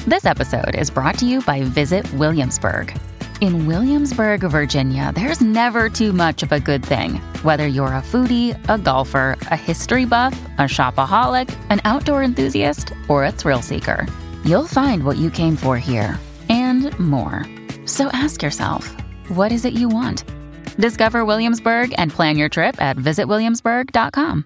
This episode is brought to you by Visit Williamsburg. In Williamsburg, Virginia, there's never too much of a good thing. Whether you're a foodie, a golfer, a history buff, a shopaholic, an outdoor enthusiast, or a thrill seeker, you'll find what you came for here and more. So ask yourself, what is it you want? Discover Williamsburg and plan your trip at visitwilliamsburg.com.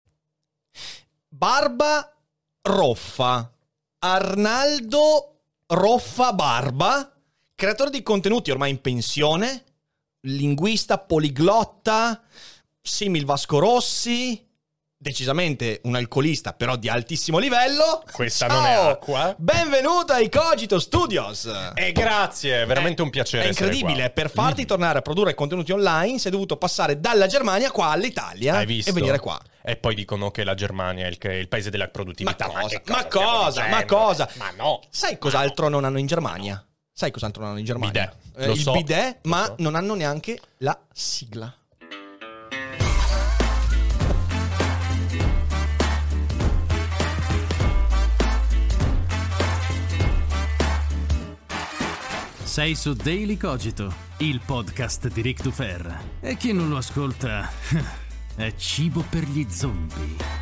Barba Roffa. Arnaldo Roffa Barba, creatore di contenuti ormai in pensione, linguista, poliglotta, simil Vasco Rossi, decisamente un alcolista però di altissimo livello. Questa Ciao! non è acqua. Benvenuto ai Cogito Studios. E grazie, è veramente un piacere. È essere incredibile, qua. per farti tornare a produrre contenuti online sei dovuto passare dalla Germania qua all'Italia. Hai visto? E venire qua. E poi dicono che la Germania è il paese della produttività. Ma cosa? Ma no. Sai cos'altro non hanno in Germania? Sai cos'altro non hanno in Germania? Bidet. Lo Il so, bidet, lo ma so. non hanno neanche la sigla. Sei su Daily Cogito, il podcast di Ric Dufer. E chi non lo ascolta è cibo per gli zombie.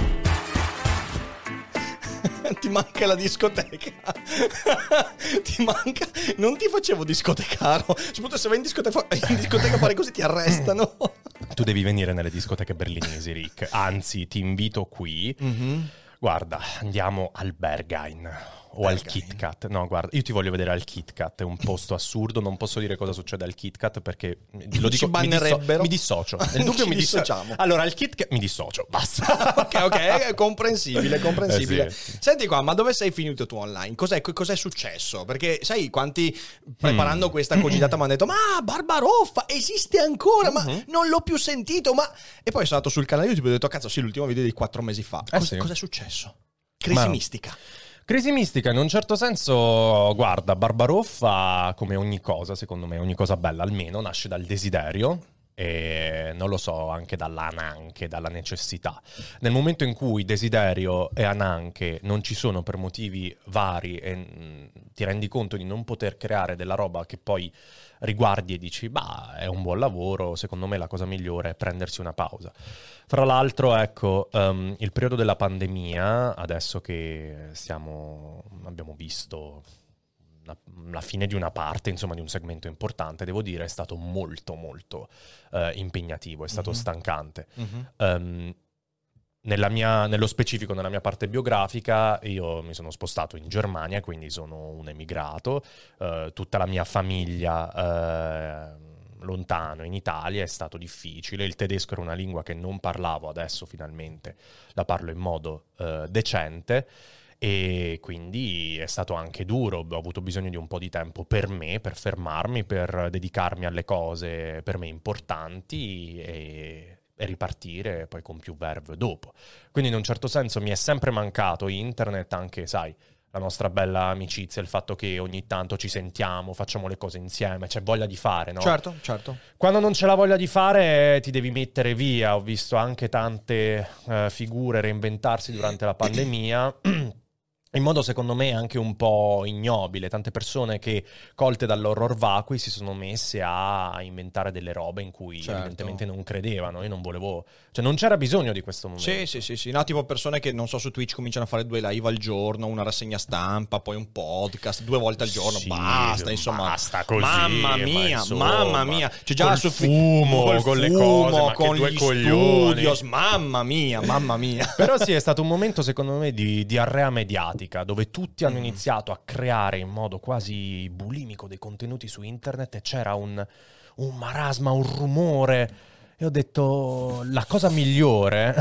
Ti manca la discoteca. Ti manca. Non ti facevo discotecaro. Soprattutto se vai in discoteca fare così ti arrestano. Tu devi venire nelle discoteche berlinesi, Rick. Anzi, ti invito qui. Guarda, andiamo al Berghain o al Kit Kat. No, guarda, io ti voglio vedere al Kit Kat. È un posto assurdo. Non posso dire cosa succede al Kit Kat perché lo dico, ci bannerebbero. mi dissocio. Nel dubbio mi dissociamo. Allora, al Kit Kat mi dissocio. Basta. Ok, è comprensibile. Sì. Senti qua, ma dove sei finito tu online? Cos'è successo? Perché sai quanti preparando questa cogitata mi hanno detto: ma Barbaroffa esiste ancora? Ma non l'ho più sentito. Ma e poi sono andato sul canale YouTube e ho detto: cazzo, sì, l'ultimo video di 4 mesi fa. Sì. Cos'è successo? Crisi mistica. Crisi mistica, in un certo senso, guarda, Barbaroffa, come ogni cosa, secondo me, ogni cosa bella almeno, nasce dal desiderio e, non lo so, anche dall'ananche, dalla necessità. Nel momento in cui desiderio e ananche non ci sono per motivi vari e ti rendi conto di non poter creare della roba che poi riguardi e dici, bah, è un buon lavoro, secondo me la cosa migliore è prendersi una pausa. Fra l'altro, ecco, il periodo della pandemia, adesso che abbiamo visto la fine di una parte, insomma, di un segmento importante, devo dire, è stato molto, molto impegnativo, è stato stancante. Nello specifico, nella mia parte biografica, io mi sono spostato in Germania, quindi sono un emigrato. Tutta la mia famiglia lontano in Italia è stato difficile. Il tedesco era una lingua che non parlavo, adesso finalmente la parlo in modo decente. E quindi è stato anche duro, ho avuto bisogno di un po' di tempo per me, per fermarmi, per dedicarmi alle cose per me importanti e ripartire poi con più verve dopo. Quindi in un certo senso mi è sempre mancato internet, anche, sai, la nostra bella amicizia, il fatto che ogni tanto ci sentiamo, facciamo le cose insieme, c'è voglia di fare, no? Certo. Quando non c'è la voglia di fare ti devi mettere via. Ho visto anche tante figure reinventarsi durante la pandemia in modo, secondo me, anche un po' ignobile. Tante persone che, colte dall'horror vacui, si sono messe a inventare delle robe in cui evidentemente non credevano. Io non volevo... Cioè, non c'era bisogno di questo momento. Sì. No, tipo persone che, non so, su Twitch cominciano a fare 2 live al giorno, una rassegna stampa, poi un podcast, 2 volte al giorno. Sì, basta, insomma. Basta così. Mamma mia. C'è già col su fumo, con le cose, ma con che due gli coglioni. studios. Mamma mia. Però sì, è stato un momento, secondo me, di diarrea mediatica, dove tutti hanno iniziato a creare in modo quasi bulimico dei contenuti su internet e c'era un marasma, un rumore. E ho detto, la cosa migliore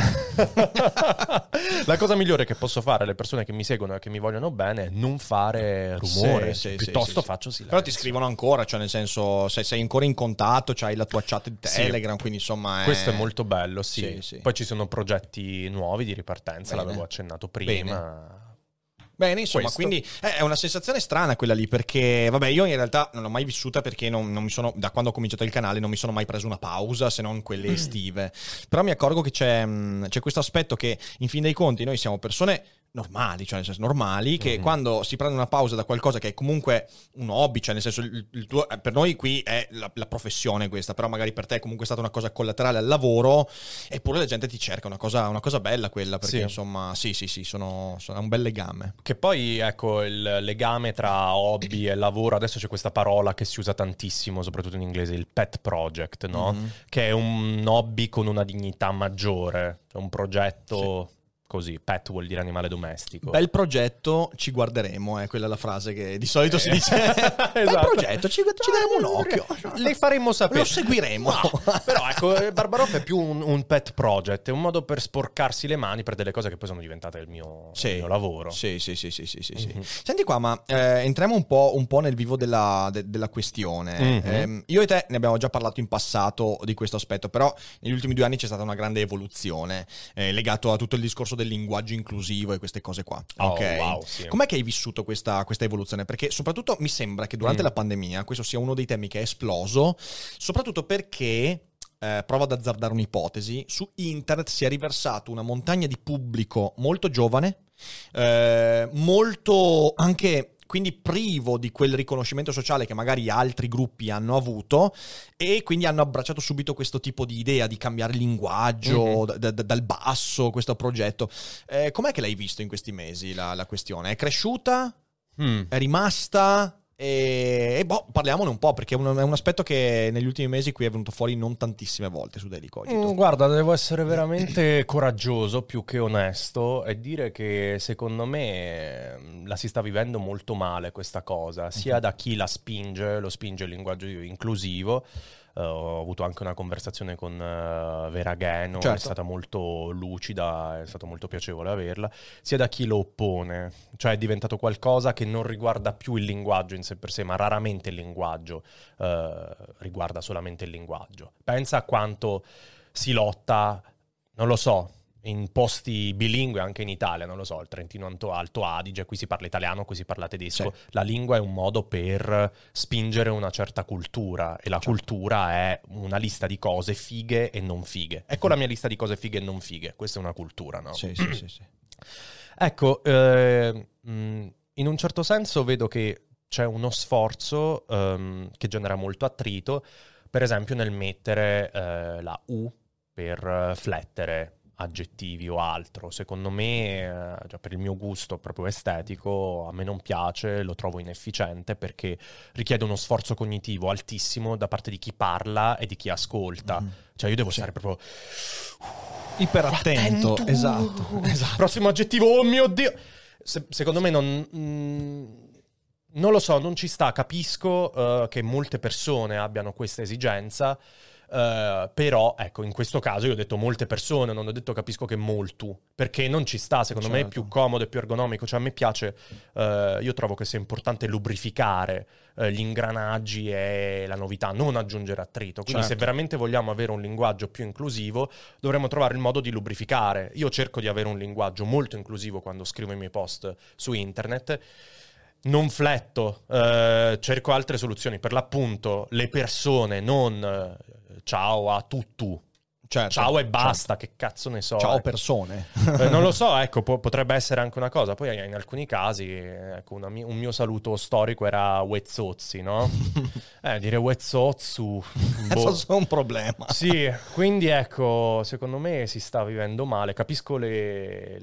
che posso fare alle persone che mi seguono e che mi vogliono bene è non fare rumore, piuttosto faccio silenzio. Però ti scrivono ancora, cioè nel senso, se sei ancora in contatto, c'hai la tua chat di Telegram, quindi insomma questo è molto bello, sì. Sì. Poi ci sono progetti nuovi di ripartenza, l'avevo accennato prima. Bene, insomma, Questo. quindi è una sensazione strana quella lì, perché vabbè, io in realtà non l'ho mai vissuta perché non mi sono, da quando ho cominciato il canale non mi sono mai preso una pausa, se non quelle estive. Però mi accorgo che c'è questo aspetto che, in fin dei conti, noi siamo persone normali, cioè nel senso normali, che quando si prende una pausa da qualcosa che è comunque un hobby, cioè nel senso il tuo, per noi qui è la professione questa, però magari per te è comunque stata una cosa collaterale al lavoro, eppure la gente ti cerca una cosa bella quella, perché insomma sì, sono un bel legame. Che poi ecco il legame tra hobby e lavoro, adesso c'è questa parola che si usa tantissimo, soprattutto in inglese, il pet project, no? Che è un hobby con una dignità maggiore, un progetto... Così, pet vuol dire animale domestico. Bel progetto, ci guarderemo, quella è la frase che di solito si dice. Bel progetto, ci daremo un occhio. Le faremo sapere. Lo seguiremo. No, però ecco, Barbaroff è più un pet project, è un modo per sporcarsi le mani per delle cose che poi sono diventate il mio lavoro. Sì. Senti qua, ma entriamo un po' nel vivo della questione. Io e te ne abbiamo già parlato in passato di questo aspetto, però negli ultimi 2 anni c'è stata una grande evoluzione legato a tutto il discorso del linguaggio inclusivo e queste cose qua. Ok. Wow, sì. Com'è che hai vissuto questa evoluzione? Perché soprattutto mi sembra che durante la pandemia questo sia uno dei temi che è esploso, soprattutto perché provo ad azzardare un'ipotesi, su internet si è riversato una montagna di pubblico molto giovane, molto anche quindi privo di quel riconoscimento sociale che magari altri gruppi hanno avuto, e quindi hanno abbracciato subito questo tipo di idea di cambiare linguaggio dal basso, questo progetto. Com'è che l'hai visto in questi mesi la questione? È cresciuta? È rimasta? E parliamone un po', perché è un aspetto che negli ultimi mesi qui è venuto fuori non tantissime volte su Daily Cogito. Guarda, devo essere veramente coraggioso più che onesto e dire che secondo me la si sta vivendo molto male questa cosa, sia da chi lo spinge il linguaggio inclusivo. Ho avuto anche una conversazione con Vera Gheno, è stata molto lucida, è stato molto piacevole averla, sia da chi lo oppone, cioè è diventato qualcosa che non riguarda più il linguaggio in sé per sé, ma raramente il linguaggio riguarda solamente il linguaggio. Pensa a quanto si lotta, non lo so, in posti bilingue anche in Italia, non lo so, il Trentino Alto Adige, qui si parla italiano, qui si parla tedesco. Sì. La lingua è un modo per spingere una certa cultura, e la cultura è una lista di cose fighe e non fighe. Ecco la mia lista di cose fighe e non fighe, questa è una cultura, no? Sì. Ecco, in un certo senso vedo che c'è uno sforzo che genera molto attrito, per esempio nel mettere la U per flettere aggettivi o altro. Secondo me, per il mio gusto proprio estetico, a me non piace, lo trovo inefficiente perché richiede uno sforzo cognitivo altissimo da parte di chi parla e di chi ascolta. Cioè io devo stare proprio iperattento. Esatto. Prossimo aggettivo, oh mio Dio! Secondo me non lo so, non ci sta. Capisco che molte persone abbiano questa esigenza, però ecco, in questo caso io ho detto molte persone, non ho detto capisco che molto, perché non ci sta. Secondo me è più comodo e più ergonomico. Cioè a me piace, io trovo che sia importante lubrificare gli ingranaggi e la novità, non aggiungere attrito. Quindi se veramente vogliamo avere un linguaggio più inclusivo, dovremmo trovare il modo di lubrificare. Io cerco di avere un linguaggio molto inclusivo quando scrivo i miei post su internet. Non fletto, cerco altre soluzioni. Per l'appunto, le persone, non ciao a tutto. Ciao e basta, che cazzo ne so. Ciao persone. Non lo so, ecco, potrebbe essere anche una cosa. Poi in alcuni casi, ecco, un mio saluto storico era Wezzozzi, no? Dire Wezzozzu è un problema. Sì, quindi ecco, secondo me si sta vivendo male. Capisco le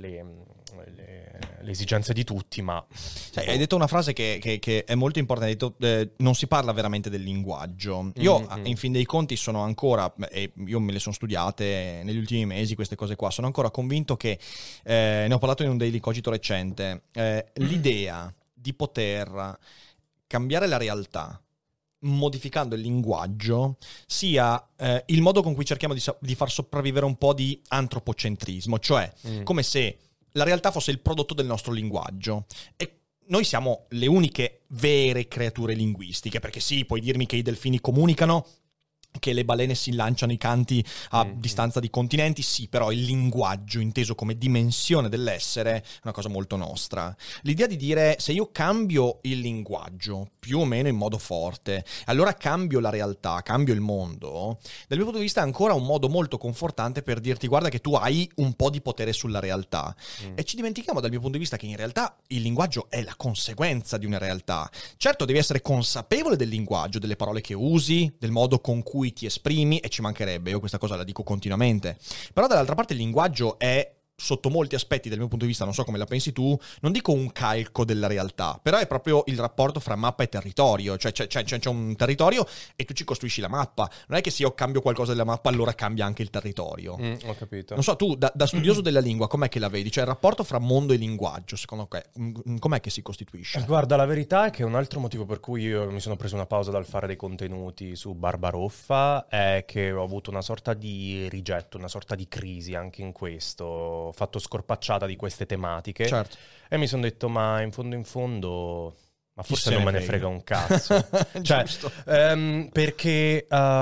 esigenze di tutti, ma... Hai detto una frase che è molto importante, hai detto, non si parla veramente del linguaggio. Io, in fin dei conti, sono ancora, e io me le sono studiate negli ultimi mesi queste cose qua, sono ancora convinto che, ne ho parlato in un Daily Cogito recente, l'idea di poter cambiare la realtà modificando il linguaggio sia il modo con cui cerchiamo di far sopravvivere un po' di antropocentrismo, cioè come se la realtà fosse il prodotto del nostro linguaggio e noi siamo le uniche vere creature linguistiche, perché sì, puoi dirmi che i delfini comunicano, che le balene si lanciano i canti a distanza di continenti, sì, però il linguaggio inteso come dimensione dell'essere è una cosa molto nostra. L'idea di dire se io cambio il linguaggio più o meno in modo forte, allora cambio la realtà, cambio il mondo, dal mio punto di vista è ancora un modo molto confortante per dirti guarda che tu hai un po' di potere sulla realtà. E ci dimentichiamo dal mio punto di vista che in realtà il linguaggio è la conseguenza di una realtà. Certo, devi essere consapevole del linguaggio, delle parole che usi, del modo con cui ti esprimi, e ci mancherebbe, io questa cosa la dico continuamente. Però dall'altra parte il linguaggio è, sotto molti aspetti dal mio punto di vista, non so come la pensi tu, non dico un calco della realtà, però è proprio il rapporto fra mappa e territorio, cioè c'è un territorio e tu ci costruisci la mappa, non è che se io cambio qualcosa della mappa allora cambia anche il territorio. Ho capito. Non so, tu da studioso della lingua com'è che la vedi? Cioè il rapporto fra mondo e linguaggio, secondo te, com'è che si costituisce? Guarda, la verità è che un altro motivo per cui io mi sono preso una pausa dal fare dei contenuti su Barbaroffa è che ho avuto una sorta di rigetto, una sorta di crisi anche in questo. Ho fatto scorpacciata di queste tematiche, Certo. E mi sono detto, ma in fondo, ma Chi forse se non ne me ne frega? frega un cazzo. Cioè, Giusto. perché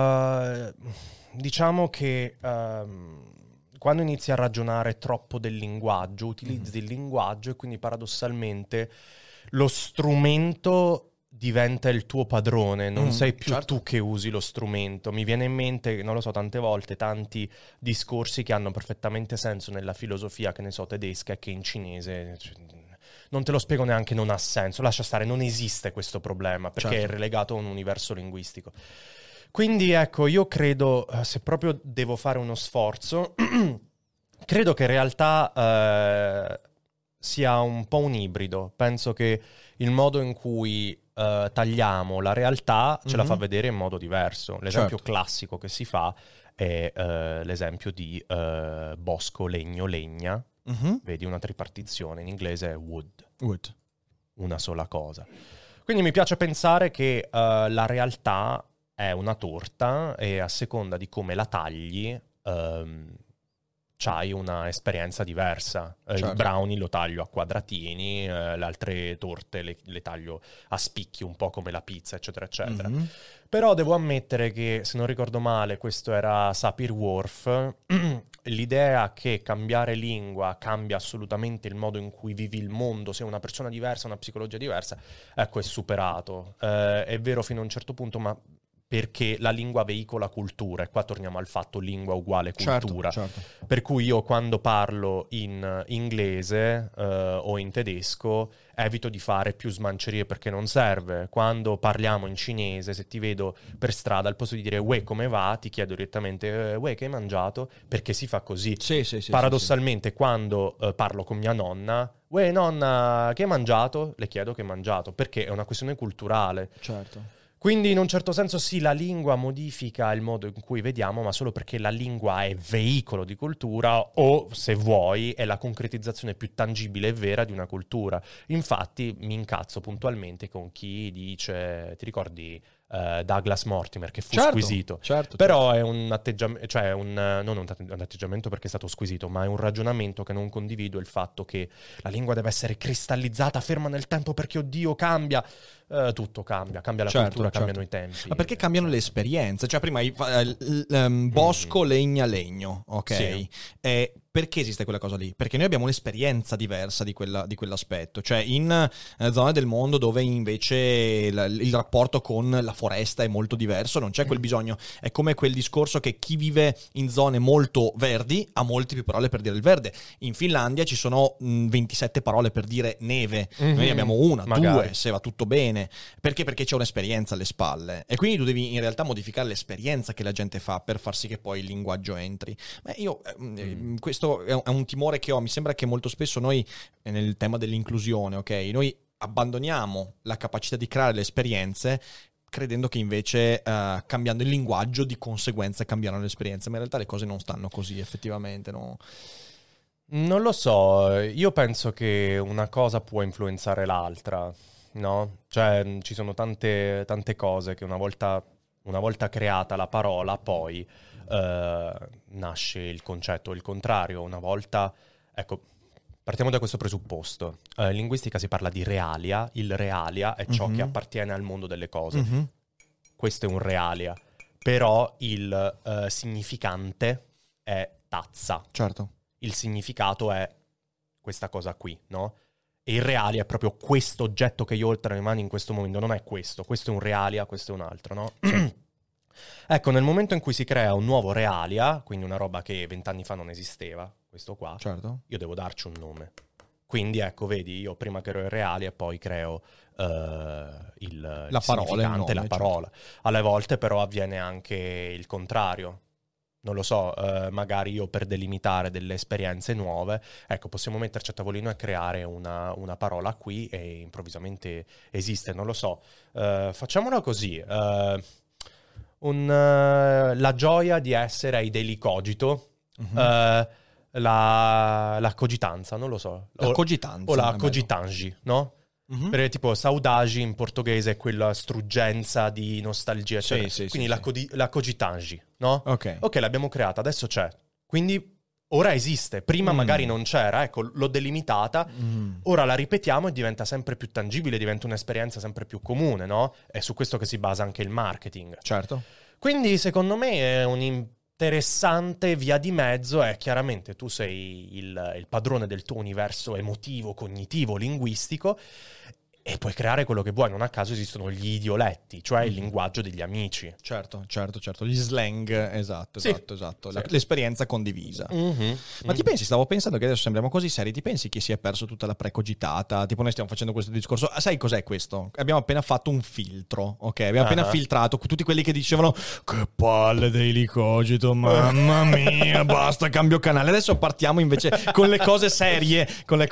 diciamo che quando inizi a ragionare troppo del linguaggio, utilizzi il linguaggio e quindi paradossalmente lo strumento diventa il tuo padrone, non sei più certo. tu che usi lo strumento. Mi viene in mente, non lo so, tante volte, tanti discorsi che hanno perfettamente senso nella filosofia, che ne so, tedesca, e che in cinese non te lo spiego neanche, non ha senso, lascia stare, non esiste questo problema, perché Certo. è relegato a un universo linguistico. Quindi ecco, io credo, se proprio devo fare uno sforzo, credo che in realtà sia un po' un ibrido. Penso che il modo in cui tagliamo la realtà ce la fa vedere in modo diverso. L'esempio Certo. classico che si fa è l'esempio di bosco, legno, legna. Vedi una tripartizione, in inglese è wood, una sola cosa. Quindi mi piace pensare che la realtà è una torta e a seconda di come la tagli c'hai una esperienza diversa. Certo. Il brownie lo taglio a quadratini, le altre torte le taglio a spicchi, un po' come la pizza, eccetera, eccetera. Però devo ammettere che, se non ricordo male, questo era Sapir-Whorf, l'idea che cambiare lingua cambia assolutamente il modo in cui vivi il mondo, sei una persona diversa, una psicologia diversa, ecco, è superato. È vero fino a un certo punto, ma perché la lingua veicola cultura, e qua torniamo al fatto lingua uguale cultura. Certo. Per cui io quando parlo in inglese o in tedesco evito di fare più smancerie perché non serve. Quando parliamo in cinese, se ti vedo per strada, al posto di dire "Uè, come va?", ti chiedo direttamente "Uè, che hai mangiato?", perché si fa così. Sì, Paradossalmente, quando parlo con mia nonna, "Uè, nonna, che hai mangiato?", le chiedo che hai mangiato, perché è una questione culturale. Certo. Quindi in un certo senso sì, la lingua modifica il modo in cui vediamo, ma solo perché la lingua è veicolo di cultura o, se vuoi, è la concretizzazione più tangibile e vera di una cultura. Infatti mi incazzo puntualmente con chi dice, ti ricordi Douglas Mortimer, che fu squisito? Certo. Però è un atteggiamento, cioè non un atteggiamento perché è stato squisito, ma è un ragionamento che non condivido, il fatto che la lingua deve essere cristallizzata, ferma nel tempo perché oddio cambia. Tutto cambia la cultura, cambiano i tempi. Ma perché cambiano le esperienze? Cioè prima bosco, legna, legno, ok? Sì. Perché esiste quella cosa lì? Perché noi abbiamo un'esperienza diversa di quell'aspetto. Cioè in zone del mondo dove invece il rapporto con la foresta è molto diverso, non c'è quel bisogno. È come quel discorso che chi vive in zone molto verdi ha molte più parole per dire il verde. In Finlandia ci sono 27 parole per dire neve. Noi ne abbiamo una, magari 2, se va tutto bene. Perché? Perché c'è un'esperienza alle spalle. E quindi tu devi in realtà modificare l'esperienza che la gente fa per far sì che poi il linguaggio entri. Ma io questo è un timore che ho. Mi sembra che molto spesso noi, nel tema dell'inclusione, ok, noi abbandoniamo la capacità di creare le esperienze credendo che invece cambiando il linguaggio di conseguenza cambieranno le esperienze, ma in realtà le cose non stanno così effettivamente, no? Non lo so, io penso che una cosa può influenzare l'altra, no? Cioè ci sono tante cose che una volta creata la parola poi nasce il concetto, il contrario. Una volta, ecco, partiamo da questo presupposto. In linguistica si parla di realia, il realia è ciò che appartiene al mondo delle cose. Questo è un realia. però il significante è tazza. Certo. Il significato è questa cosa qui, no? E il realia è proprio questo oggetto che io ho tra le mani in questo momento, non è questo è un realia, questo è un altro, no? Ecco, nel momento in cui si crea un nuovo realia, quindi una roba che 20 anni fa non esisteva, questo qua, Certo. io devo darci un nome. Quindi ecco, vedi, io prima creo il realia e poi creo il parola, il nome, la parola. Alle volte però avviene anche il contrario. Non lo so, magari io per delimitare delle esperienze nuove, ecco, possiamo metterci a tavolino e creare una parola qui e improvvisamente esiste, non lo so. Facciamolo così. La gioia di essere ai Daily Cogito, la cogitanza, non lo so. La cogitanza. O la cogitangi, no? Mm-hmm. Perché tipo saudagi in portoghese è quella struggenza di nostalgia, eccetera. Sì, quindi sì. la cogitangi, no? Ok. L'abbiamo creata, adesso c'è. Quindi ora esiste. Prima magari non c'era, ecco, l'ho delimitata. Ora la ripetiamo e diventa sempre più tangibile, diventa un'esperienza sempre più comune, no? È su questo che si basa anche il marketing. Certo. Quindi secondo me è un'interessante via di mezzo. È chiaramente tu sei il padrone del tuo universo emotivo, cognitivo, linguistico e puoi creare quello che vuoi. Non a caso esistono gli idioletti, cioè il linguaggio degli amici. Certo. Gli slang, esatto. Sì. L'esperienza condivisa. Ma ti pensi, stavo pensando che adesso sembriamo così seri, ti pensi che si è perso tutta la precogitata? Tipo noi stiamo facendo questo discorso, sai cos'è questo? Abbiamo appena fatto un filtro, ok? Abbiamo appena filtrato tutti quelli che dicevano che palle Daily Cogito, mamma mia, basta, cambio canale. Adesso partiamo invece con le cose serie,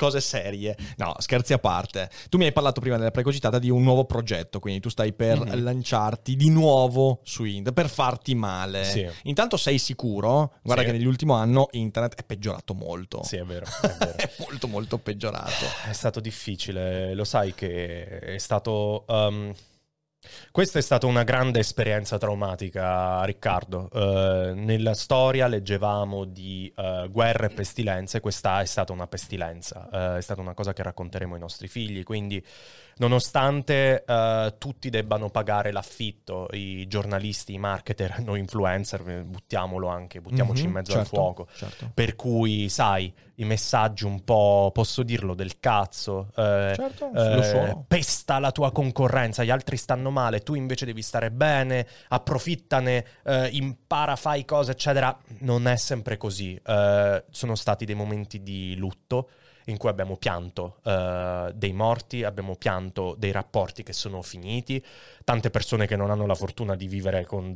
No, scherzi a parte. Tu mi hai parlato prima della precogitata di un nuovo progetto, quindi tu stai per lanciarti di nuovo su internet, per farti male. Sì. Intanto sei sicuro? Guarda Sì. che nell'ultimo anno internet è peggiorato molto. Sì, è vero, è vero. È molto molto peggiorato. È stato difficile, lo sai che è stato... questa è stata una grande esperienza traumatica, Riccardo. Nella storia leggevamo di guerre e pestilenze, questa è stata una pestilenza, è stata una cosa che racconteremo ai nostri figli, quindi nonostante tutti debbano pagare l'affitto, i giornalisti, i marketer, noi influencer, buttiamoci in mezzo al fuoco, certo. per cui sai, i messaggi un po', posso dirlo, del cazzo, Certo, lo so. pesta la tua concorrenza, gli altri stanno male, tu invece devi stare bene, approfittane, impara, fai cose, eccetera. Non è sempre così. Sono stati dei momenti di lutto in cui abbiamo pianto dei morti, abbiamo pianto dei rapporti che sono finiti, tante persone che non hanno la fortuna di vivere con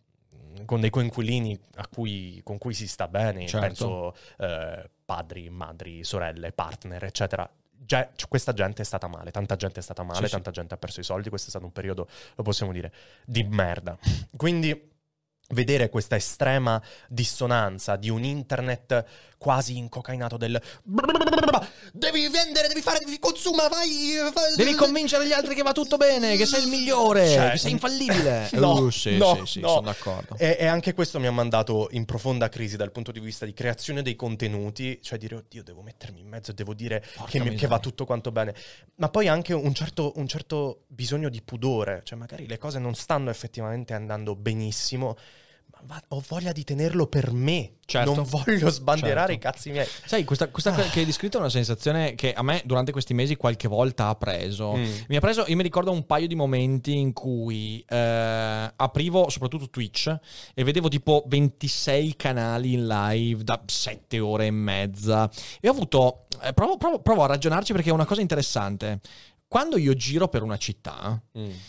dei coinquilini con cui si sta bene, Certo. penso padri, madri, sorelle, partner, eccetera. Questa gente è stata male, tanta gente è stata male, Sì, tanta gente ha perso i soldi, questo è stato un periodo, lo possiamo dire, di merda. Quindi vedere questa estrema dissonanza di un internet quasi incocainato del devi vendere, devi fare, devi consumare, Devi convincere gli altri che va tutto bene, che sei il migliore, Cioè, che sei infallibile. Sì, Sì, sono d'accordo. E anche questo mi ha mandato in profonda crisi dal punto di vista di creazione dei contenuti, cioè dire oddio, devo mettermi in mezzo e devo dire che va tutto quanto bene, ma poi anche un certo bisogno di pudore, cioè magari le cose non stanno effettivamente andando benissimo, ma ho voglia di tenerlo per me. Certo. Non voglio sbandierare Certo. i cazzi miei. Sai, questa che hai descritto è una sensazione che a me durante questi mesi qualche volta ha preso. Mi ha preso, io mi ricordo un paio di momenti in cui aprivo soprattutto Twitch e vedevo tipo 26 canali in live da 7 ore e mezza e ho avuto, provo a ragionarci perché è una cosa interessante. Quando io giro per una città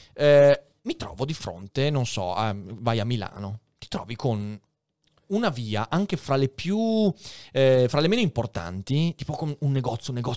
mi trovo di fronte, non so, vai a Milano, ti trovi con una via anche fra le più fra le meno importanti, tipo con un negozio e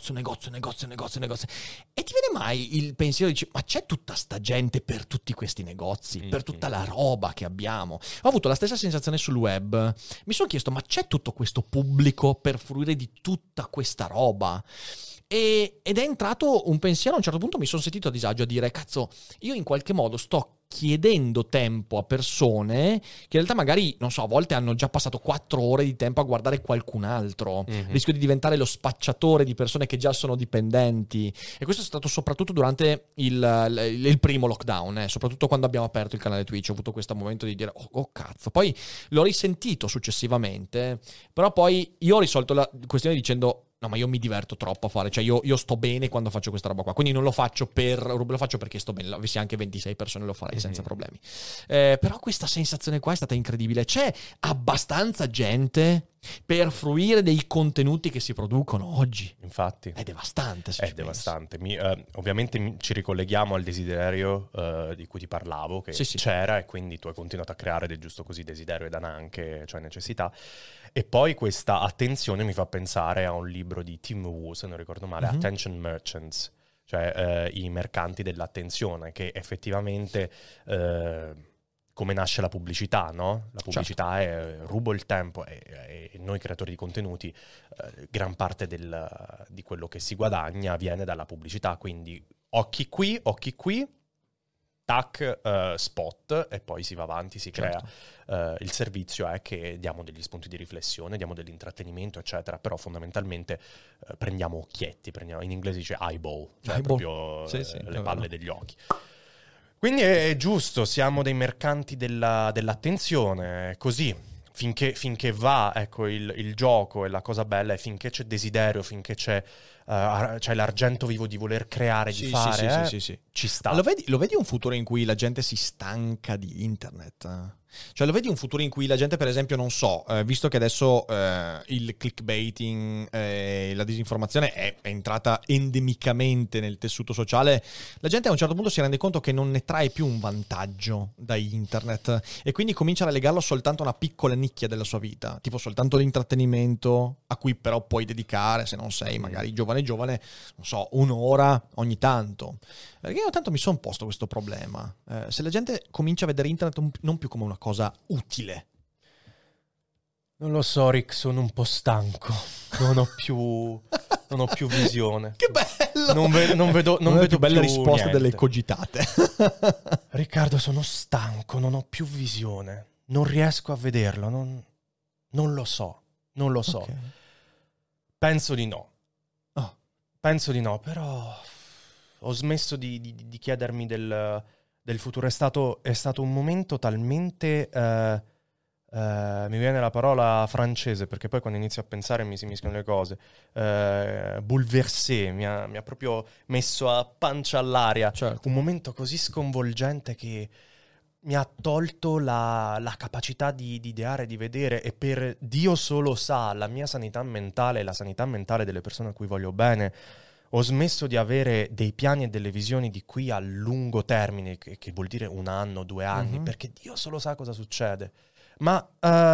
ti viene mai il pensiero di ma c'è tutta sta gente per tutti questi negozi, per tutta la roba che abbiamo. Ho avuto la stessa sensazione sul web, mi sono chiesto ma c'è tutto questo pubblico per fruire di tutta questa roba? Ed è entrato un pensiero, a un certo punto mi sono sentito a disagio a dire cazzo, io in qualche modo sto chiedendo tempo a persone che in realtà magari, non so, a volte hanno già passato 4 ore di tempo a guardare qualcun altro. Rischio di diventare lo spacciatore di persone che già sono dipendenti. E questo è stato soprattutto durante il primo lockdown, soprattutto quando abbiamo aperto il canale Twitch. Ho avuto questo momento di dire oh cazzo. Poi l'ho risentito successivamente, però poi io ho risolto la questione dicendo no, ma io mi diverto troppo a fare, cioè io sto bene quando faccio questa roba qua, quindi non lo faccio lo faccio perché sto bene. Avessi anche 26 persone lo farei senza problemi. Però questa sensazione qua è stata incredibile. C'è abbastanza gente per fruire dei contenuti che si producono oggi. Infatti è devastante. È devastante. Ovviamente ci ricolleghiamo al desiderio di cui ti parlavo, che c'era, e quindi tu hai continuato a creare, ed è giusto così, desiderio ed anche, cioè necessità. E poi questa attenzione mi fa pensare a un libro di Tim Wu, se non ricordo male, Attention Merchants, cioè i mercanti dell'attenzione, che effettivamente come nasce la pubblicità, no? La pubblicità è rubo il tempo, e noi creatori di contenuti, gran parte di quello che si guadagna viene dalla pubblicità, quindi occhi qui, tac, spot, e poi si va avanti, si crea. Il servizio è che diamo degli spunti di riflessione, diamo dell'intrattenimento, eccetera, però fondamentalmente prendiamo occhietti, in inglese dice eyeball, cioè proprio le palle degli occhi. Quindi è giusto, siamo dei mercanti dell'attenzione, così, finché va, ecco, il gioco, e la cosa bella è finché c'è desiderio, finché c'è l'argento vivo di voler creare, di fare, ci sta. Lo vedi un futuro in cui la gente si stanca di internet? Cioè lo vedi un futuro in cui la gente, per esempio, non so, visto che adesso il clickbaiting, la disinformazione è entrata endemicamente nel tessuto sociale, la gente a un certo punto si rende conto che non ne trae più un vantaggio da internet, e quindi comincia a legarlo soltanto a una piccola nicchia della sua vita, tipo soltanto l'intrattenimento, a cui però puoi dedicare, se non sei magari giovane, non so, 1 ora ogni tanto. Perché io tanto mi sono posto questo problema. Se la gente comincia a vedere internet non più come una cosa utile. Non lo so, Rick, sono un po' stanco. Non ho più visione. Che bello! Non vedo più belle risposte niente. Delle cogitate. Riccardo, sono stanco, non ho più visione. Non riesco a vederlo, non lo so. Okay. Penso di no. Penso di no, però ho smesso di chiedermi del futuro. È stato un momento talmente... mi viene la parola francese, perché poi quando inizio a pensare mi si mischiano le cose. Bouleversé, mi ha proprio messo a pancia all'aria. Certo. Un momento così sconvolgente che mi ha tolto la capacità di ideare, di vedere, e per Dio solo sa, la mia sanità mentale e la sanità mentale delle persone a cui voglio bene, ho smesso di avere dei piani e delle visioni di qui a lungo termine, che vuol dire 1 anno, 2 anni, perché Dio solo sa cosa succede. Ma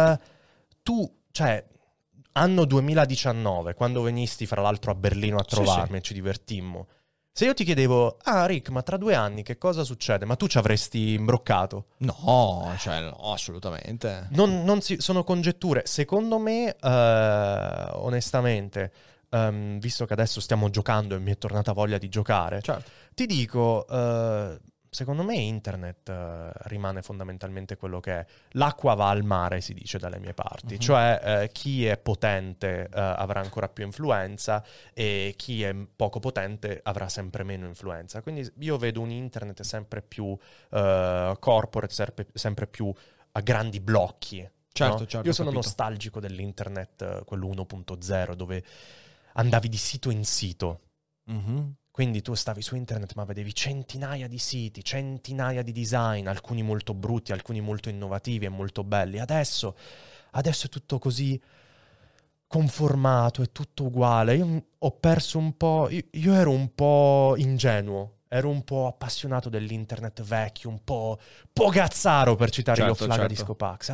tu, cioè, anno 2019, quando venisti fra l'altro a Berlino a trovarmi e ci divertimmo, se io ti chiedevo, Rick, ma tra 2 anni che cosa succede? Ma tu ci avresti imbroccato? No, assolutamente. Sono congetture. Secondo me, onestamente, visto che adesso stiamo giocando e mi è tornata voglia di giocare, ti dico, secondo me internet rimane fondamentalmente quello che è. L'acqua va al mare, si dice dalle mie parti, cioè chi è potente avrà ancora più influenza, e chi è poco potente avrà sempre meno influenza. Quindi io vedo un internet sempre più corporate, sempre più a grandi blocchi. Certo, Io sono nostalgico dell'internet, quello 1.0, dove andavi di sito in sito. Quindi tu stavi su internet ma vedevi centinaia di siti, centinaia di design, alcuni molto brutti, alcuni molto innovativi e molto belli. Adesso è tutto così conformato, è tutto uguale. Io ho perso un po'... Io ero un po' ingenuo, ero un po' appassionato dell'internet vecchio, un po' cazzaro, per citare io Flaga di Scopax.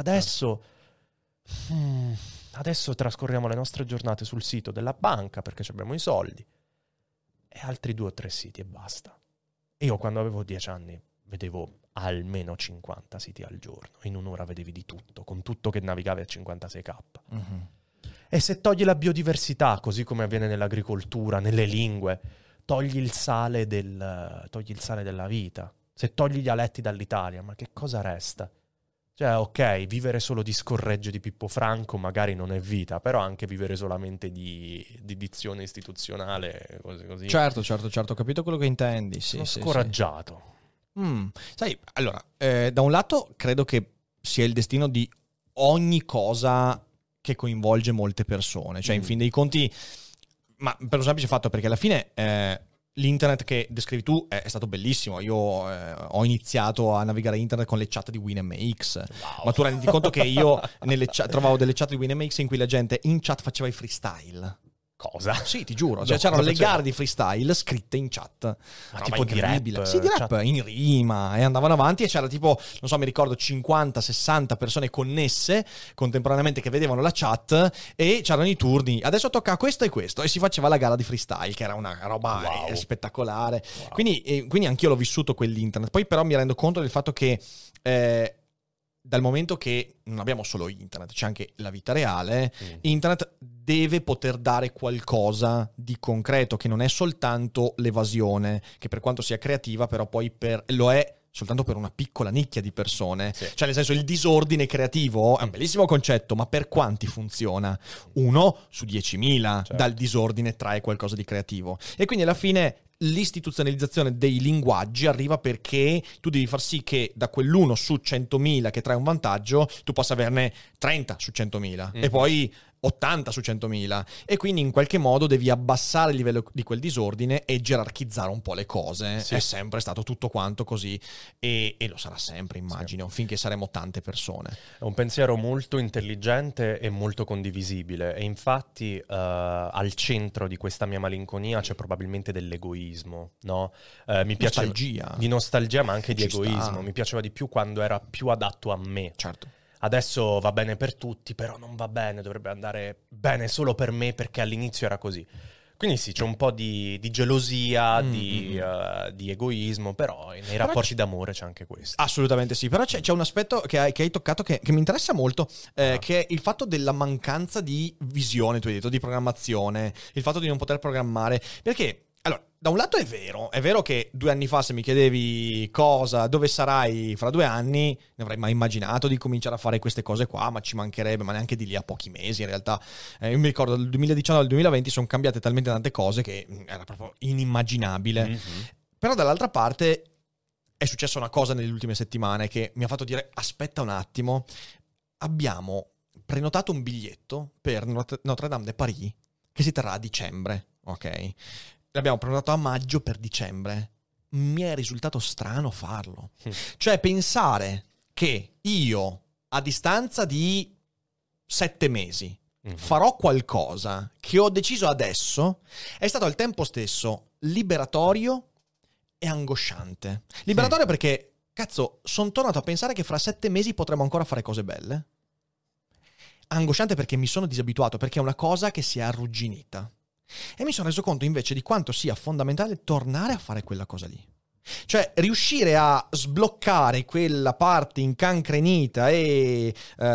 Adesso trascorriamo le nostre giornate sul sito della banca perché abbiamo i soldi, e altri 2 o 3 siti e basta. Io quando avevo 10 anni vedevo almeno 50 siti al giorno, in 1 ora vedevi di tutto, con tutto che navigavi a 56k. E se togli la biodiversità, così come avviene nell'agricoltura, nelle lingue, togli il sale della vita. Se togli i dialetti dall'Italia, ma che cosa resta? Cioè, ok, vivere solo di scorregge di Pippo Franco magari non è vita, però anche vivere solamente di dizione istituzionale, cose così. Certo, ho capito quello che intendi. Sì, Sono sì, scoraggiato. sì. Sai, allora, da un lato credo che sia il destino di ogni cosa che coinvolge molte persone. Cioè, in fin dei conti, ma per un semplice fatto, perché alla fine l'internet che descrivi tu è stato bellissimo. Io ho iniziato a navigare internet con le chat di WinMX. Wow. Ma tu rendi conto che io trovavo delle chat di WinMX in cui la gente in chat faceva i freestyle. Cosa? Sì, ti giuro. No, Cioè, c'erano cosa le faceva? gare di freestyle scritte in chat. Ma Tipo di rap, incredibile. Sì, di rap, in rima. E andavano avanti e c'era tipo, non so, mi ricordo 50-60 persone connesse contemporaneamente che vedevano la chat e c'erano i turni. Adesso tocca a questo e questo. E si faceva la gara di freestyle, che era una roba spettacolare. Wow. Quindi anch'io l'ho vissuto quell'internet. Poi però mi rendo conto del fatto che dal momento che non abbiamo solo internet, c'è anche la vita reale, internet deve poter dare qualcosa di concreto, che non è soltanto l'evasione, che per quanto sia creativa, però poi lo è soltanto per una piccola nicchia di persone. Sì. Cioè, nel senso, il disordine creativo è un bellissimo concetto, ma per quanti funziona? 1 su 10.000 Certo. dal disordine trae qualcosa di creativo. E quindi alla fine l'istituzionalizzazione dei linguaggi arriva perché tu devi far sì che da quell'1 su 100.000 che trae un vantaggio tu possa averne 30 su 100.000 e poi 80 su 100.000, e quindi in qualche modo devi abbassare il livello di quel disordine e gerarchizzare un po' le cose. Sì. È sempre stato tutto quanto così e lo sarà sempre, immagino, finché saremo tante persone. È un pensiero molto intelligente e molto condivisibile, e infatti al centro di questa mia malinconia c'è probabilmente dell'egoismo, no? Mi piace Nostalgia. di nostalgia, ma anche di Ci sta. egoismo. Mi piaceva di più quando era più adatto a me. Certo. Adesso va bene per tutti, però non va bene, dovrebbe andare bene solo per me perché all'inizio era così. Quindi sì, c'è un po' di gelosia, di egoismo, però nei rapporti d'amore c'è anche questo. Assolutamente sì, però c'è un aspetto che hai toccato che mi interessa molto, che è il fatto della mancanza di visione, tu hai detto, di programmazione, il fatto di non poter programmare, perché... Allora, da un lato è vero che 2 anni fa se mi chiedevi dove sarai fra 2 anni, ne avrei mai immaginato di cominciare a fare queste cose qua, ma ci mancherebbe, ma neanche di lì a pochi mesi in realtà. Io mi ricordo dal 2019 al 2020 sono cambiate talmente tante cose che era proprio inimmaginabile. Però dall'altra parte è successa una cosa nelle ultime settimane che mi ha fatto dire aspetta un attimo, abbiamo prenotato un biglietto per Notre Dame de Paris che si terrà a dicembre, ok? L'abbiamo prenotato a maggio per dicembre. Mi è risultato strano farlo. Cioè, pensare che io, a distanza di 7 mesi, farò qualcosa che ho deciso adesso, è stato al tempo stesso liberatorio e angosciante. Liberatorio perché, cazzo, sono tornato a pensare che fra 7 mesi potremo ancora fare cose belle. Angosciante perché mi sono disabituato, perché è una cosa che si è arrugginita. E mi sono reso conto invece di quanto sia fondamentale tornare a fare quella cosa lì. Cioè riuscire a sbloccare quella parte incancrenita e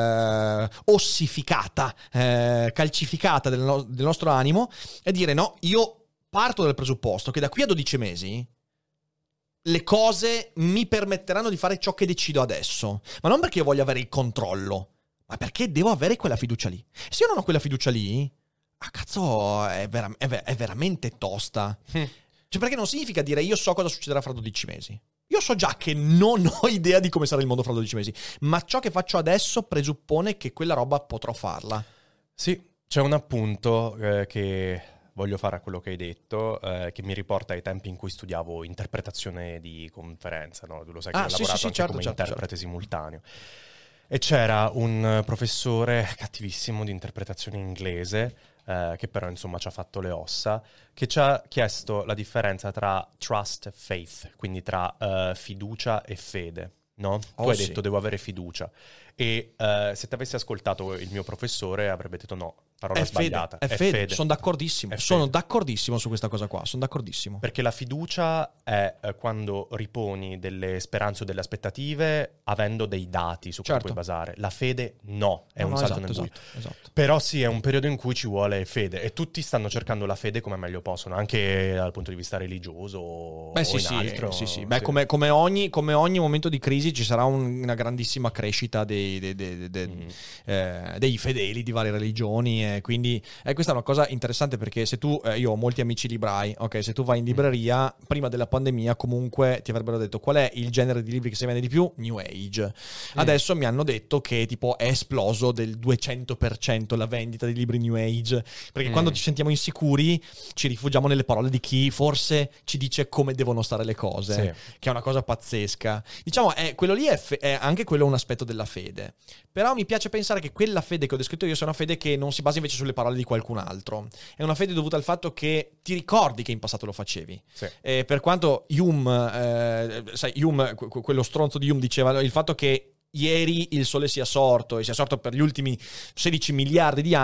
ossificata, calcificata del nostro animo e dire no, io parto dal presupposto che da qui a 12 mesi le cose mi permetteranno di fare ciò che decido adesso. Ma non perché io voglio avere il controllo, ma perché devo avere quella fiducia lì. Se io non ho quella fiducia lì, cazzo, è veramente tosta. Cioè, perché non significa dire io so cosa succederà fra 12 mesi. Io so già che non ho idea di come sarà il mondo fra 12 mesi, ma ciò che faccio adesso presuppone che quella roba potrò farla. Sì, c'è un appunto che voglio fare a quello che hai detto, che mi riporta ai tempi in cui studiavo interpretazione di conferenza, no? Tu lo sai che ho lavorato anche come interprete simultaneo. E c'era un professore cattivissimo di interpretazione inglese, che però insomma ci ha fatto le ossa, che ci ha chiesto la differenza tra trust e faith, quindi tra fiducia e fede, no? Tu hai detto devo avere fiducia, e se ti avessi ascoltato il mio professore avrebbe detto no, parola sbagliata. È fede. Sono d'accordissimo. Sono d'accordissimo su questa cosa qua. Sono d'accordissimo. Perché la fiducia è quando riponi delle speranze o delle aspettative avendo dei dati su cui puoi basare. La fede no, è un salto nel buio. Esatto. Però sì, è un periodo in cui ci vuole fede e tutti stanno cercando la fede come meglio possono, anche dal punto di vista religioso o in altro. Sì. Beh, come ogni momento di crisi ci sarà una grandissima crescita dei fedeli di varie religioni. Quindi questa è una cosa interessante, perché se tu, io ho molti amici librai, ok, se tu vai in libreria prima della pandemia comunque ti avrebbero detto qual è il genere di libri che si vende di più? New Age. Adesso mi hanno detto che tipo è esploso del 200% la vendita di libri New Age, perché quando ci sentiamo insicuri ci rifugiamo nelle parole di chi forse ci dice come devono stare le cose, che è una cosa pazzesca. Diciamo, quello lì è anche quello un aspetto della fede. Però mi piace pensare che quella fede che ho descritto io sia una fede che non si basa invece sulle parole di qualcun altro. È una fede dovuta al fatto che ti ricordi che in passato lo facevi. Per quanto Hume, quello stronzo di Hume diceva il fatto che ieri il sole sia sorto e sia sorto per gli ultimi 4 miliardi di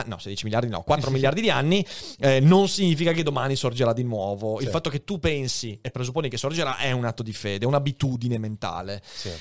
anni, non significa che domani sorgerà di nuovo. Il fatto che tu pensi e presupponi che sorgerà è un atto di fede, è un'abitudine mentale.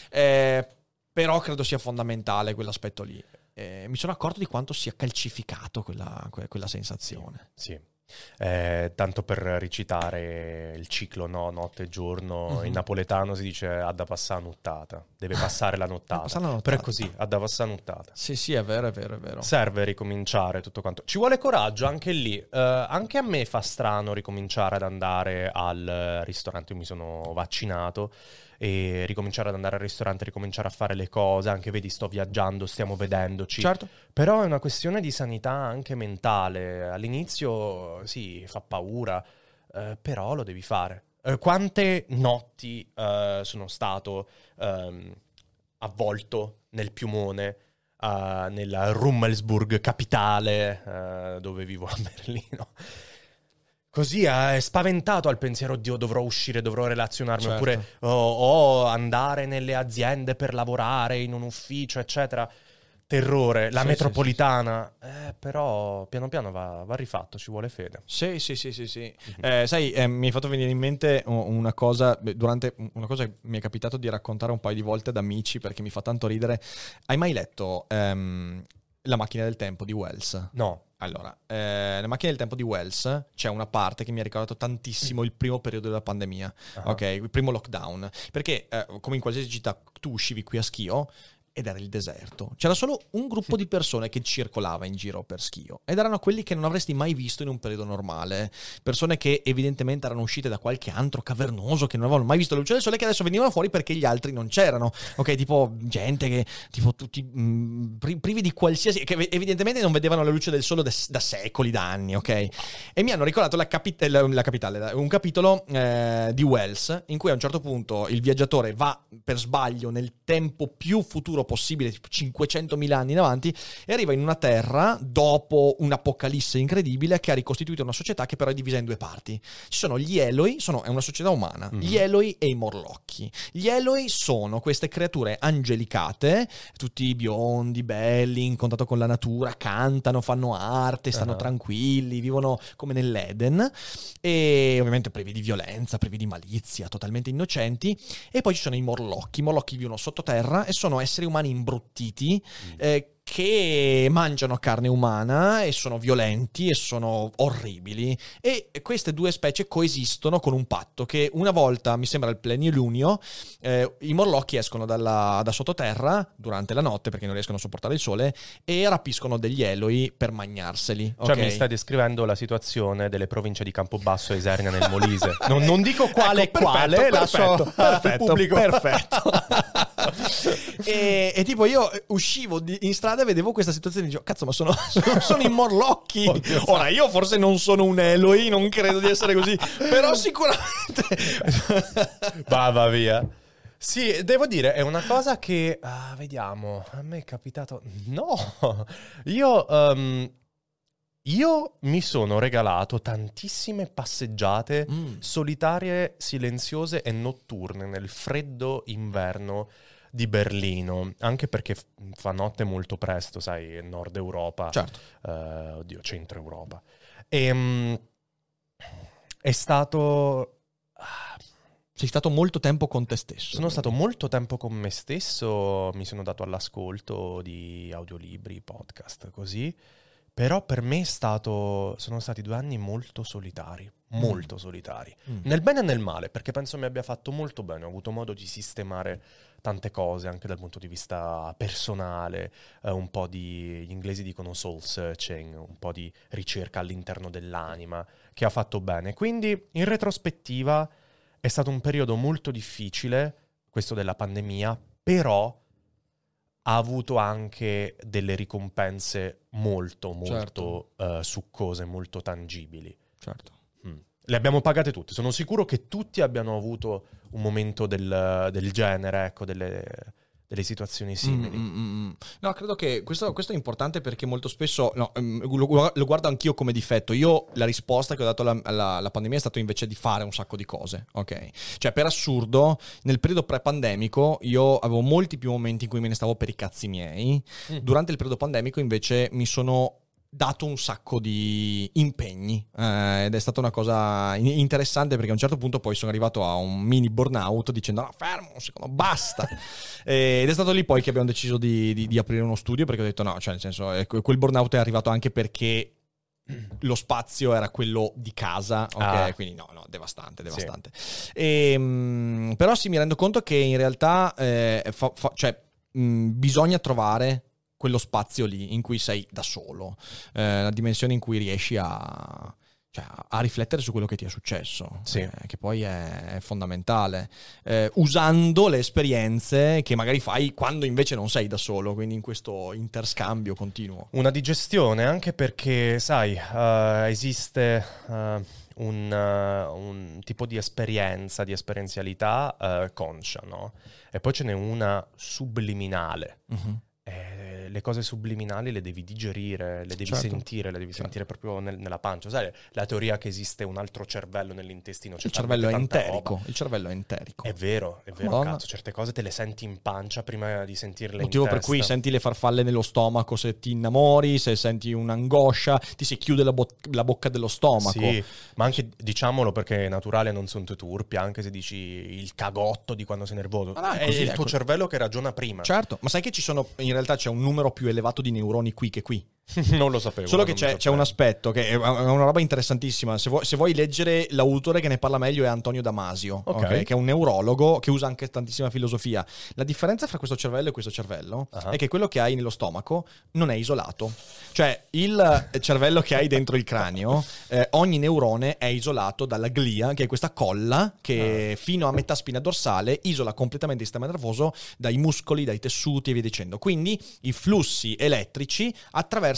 Però credo sia fondamentale quell'aspetto lì. Mi sono accorto di quanto sia calcificato quella sensazione. Sì. Tanto per recitare il ciclo notte e giorno, in napoletano si dice adda passare nottata, deve passare la nottata. Però è così, adda passare nottata. Sì, è vero. Serve ricominciare tutto quanto. Ci vuole coraggio anche lì. Anche a me fa strano ricominciare ad andare al ristorante. Io mi sono vaccinato e ricominciare ad andare al ristorante, ricominciare a fare le cose, anche vedi sto viaggiando, stiamo vedendoci. Certo. Però è una questione di sanità anche mentale. All'inizio sì, fa paura, però lo devi fare. Quante notti sono stato avvolto nel piumone nella Rummelsburg capitale, dove vivo a Berlino. Così è spaventato al pensiero, oddio, dovrò uscire, dovrò relazionarmi, oppure andare nelle aziende per lavorare in un ufficio, eccetera. Terrore, la metropolitana. Però piano piano va rifatto, ci vuole fede. Sì. Sai, mi hai fatto venire in mente una cosa, una cosa che mi è capitato di raccontare un paio di volte ad amici, perché mi fa tanto ridere. Hai mai letto La macchina del tempo di Wells? No. Allora, nella macchina del tempo di Wells c'è una parte che mi ha ricordato tantissimo il primo periodo della pandemia, ok? Il primo lockdown, perché come in qualsiasi città tu uscivi qui a Schio ed era il deserto. C'era solo un gruppo di persone che circolava in giro per Schio ed erano quelli che non avresti mai visto in un periodo normale. Persone che evidentemente erano uscite da qualche antro cavernoso, che non avevano mai visto la luce del sole, che adesso venivano fuori perché gli altri non c'erano. Ok, tipo gente che, tipo tutti privi di qualsiasi, che evidentemente non vedevano la luce del sole da secoli, da anni, ok? E mi hanno ricordato la capitale, un capitolo di Wells, in cui a un certo punto il viaggiatore va per sbaglio nel tempo più futuro possibile, tipo 500.000 anni in avanti, e arriva in una terra dopo un'apocalisse incredibile che ha ricostituito una società che però è divisa in due parti. Ci sono gli Eloi, è una società umana, gli Eloi e i Morlocchi. Gli Eloi sono queste creature angelicate, tutti biondi, belli, in contatto con la natura, cantano, fanno arte, stanno tranquilli, vivono come nell'Eden, e ovviamente privi di violenza, privi di malizia, totalmente innocenti. E poi ci sono i Morlocchi. I Morlocchi vivono sottoterra e sono esseri umani imbruttiti, che mangiano carne umana e sono violenti e sono orribili, e queste due specie coesistono con un patto che una volta, mi sembra il plenilunio, i Morlocchi escono da sottoterra durante la notte perché non riescono a sopportare il sole e rapiscono degli Eloi per magnarseli. Cioè mi stai descrivendo la situazione delle province di Campobasso e Isernia nel Molise. Non dico quale, lascio al pubblico. Perfetto. E tipo io uscivo in strada e vedevo questa situazione e dicevo, cazzo, ma sono i Morlocchi. Ora io forse non sono un Eloi, non credo di essere così, però sicuramente va via. Sì, devo dire, è una cosa che vediamo, a me è capitato. No, io mi sono regalato tantissime passeggiate solitarie, silenziose e notturne nel freddo inverno di Berlino, anche perché fa notte molto presto, sai, Nord Europa, Certo. Centro Europa. È stato... Sei stato molto tempo con te stesso. Sono stato molto tempo con me stesso, mi sono dato all'ascolto di audiolibri, podcast, così. Però per me sono stati 2 anni molto solitari, molto solitari. Nel bene e nel male, perché penso mi abbia fatto molto bene. Ho avuto modo di sistemare tante cose, anche dal punto di vista personale, un po' gli inglesi dicono soul searching, un po' di ricerca all'interno dell'anima, che ha fatto bene. Quindi, in retrospettiva, è stato un periodo molto difficile, questo della pandemia, però ha avuto anche delle ricompense molto succose, molto tangibili. Certo. Le abbiamo pagate tutte. Sono sicuro che tutti abbiano avuto un momento del genere, ecco, delle situazioni simili. No, credo che questo è importante perché molto spesso lo guardo anch'io come difetto. Io la risposta che ho dato alla pandemia è stato invece di fare un sacco di cose, ok? Cioè, per assurdo, nel periodo pre-pandemico io avevo molti più momenti in cui me ne stavo per i cazzi miei. Durante il periodo pandemico invece mi sono dato un sacco di impegni ed è stata una cosa interessante, perché a un certo punto poi sono arrivato a un mini burnout dicendo no, fermo un secondo, basta. Ed è stato lì poi che abbiamo deciso di aprire uno studio, perché ho detto no, cioè nel senso quel burnout è arrivato anche perché lo spazio era quello di casa, ok? Quindi no, devastante. Sì. Però sì, mi rendo conto che in realtà bisogna trovare quello spazio lì in cui sei da solo, la dimensione in cui riesci a riflettere su quello che ti è successo, sì. Che poi è fondamentale, usando le esperienze che magari fai quando invece non sei da solo, quindi in questo interscambio continuo. Una digestione, anche perché, sai, esiste un tipo di esperienza, di esperienzialità conscia, no? E poi ce n'è una subliminale. Le cose subliminali le devi digerire, le devi sentire, proprio nella pancia. Sai, la teoria che esiste un altro cervello nell'intestino. Il cervello è enterico. Il cervello è enterico. È vero, cazzo. Certe cose te le senti in pancia prima di sentirle in testa. Motivo per cui senti le farfalle nello stomaco se ti innamori, se senti un'angoscia, ti si chiude la bocca dello stomaco. Sì, ma anche, diciamolo perché è naturale, non sono tuoi turpi, anche se dici il cagotto di quando sei nervoso. È il tuo cervello che ragiona prima. Certo, ma sai che in realtà c'è un numero più elevato di neuroni qui che qui. Non lo sapevo. Solo che c'è un aspetto che è una roba interessantissima. Se vuoi leggere, l'autore che ne parla meglio è Antonio Damasio, okay, che è un neurologo che usa anche tantissima filosofia. La differenza fra questo cervello e questo cervello è che quello che hai nello stomaco non è isolato. Cioè, il cervello che hai dentro il cranio, ogni neurone è isolato dalla glia, che è questa colla che fino a metà spina dorsale isola completamente il sistema nervoso dai muscoli, dai tessuti e via dicendo. Quindi i flussi elettrici attraversano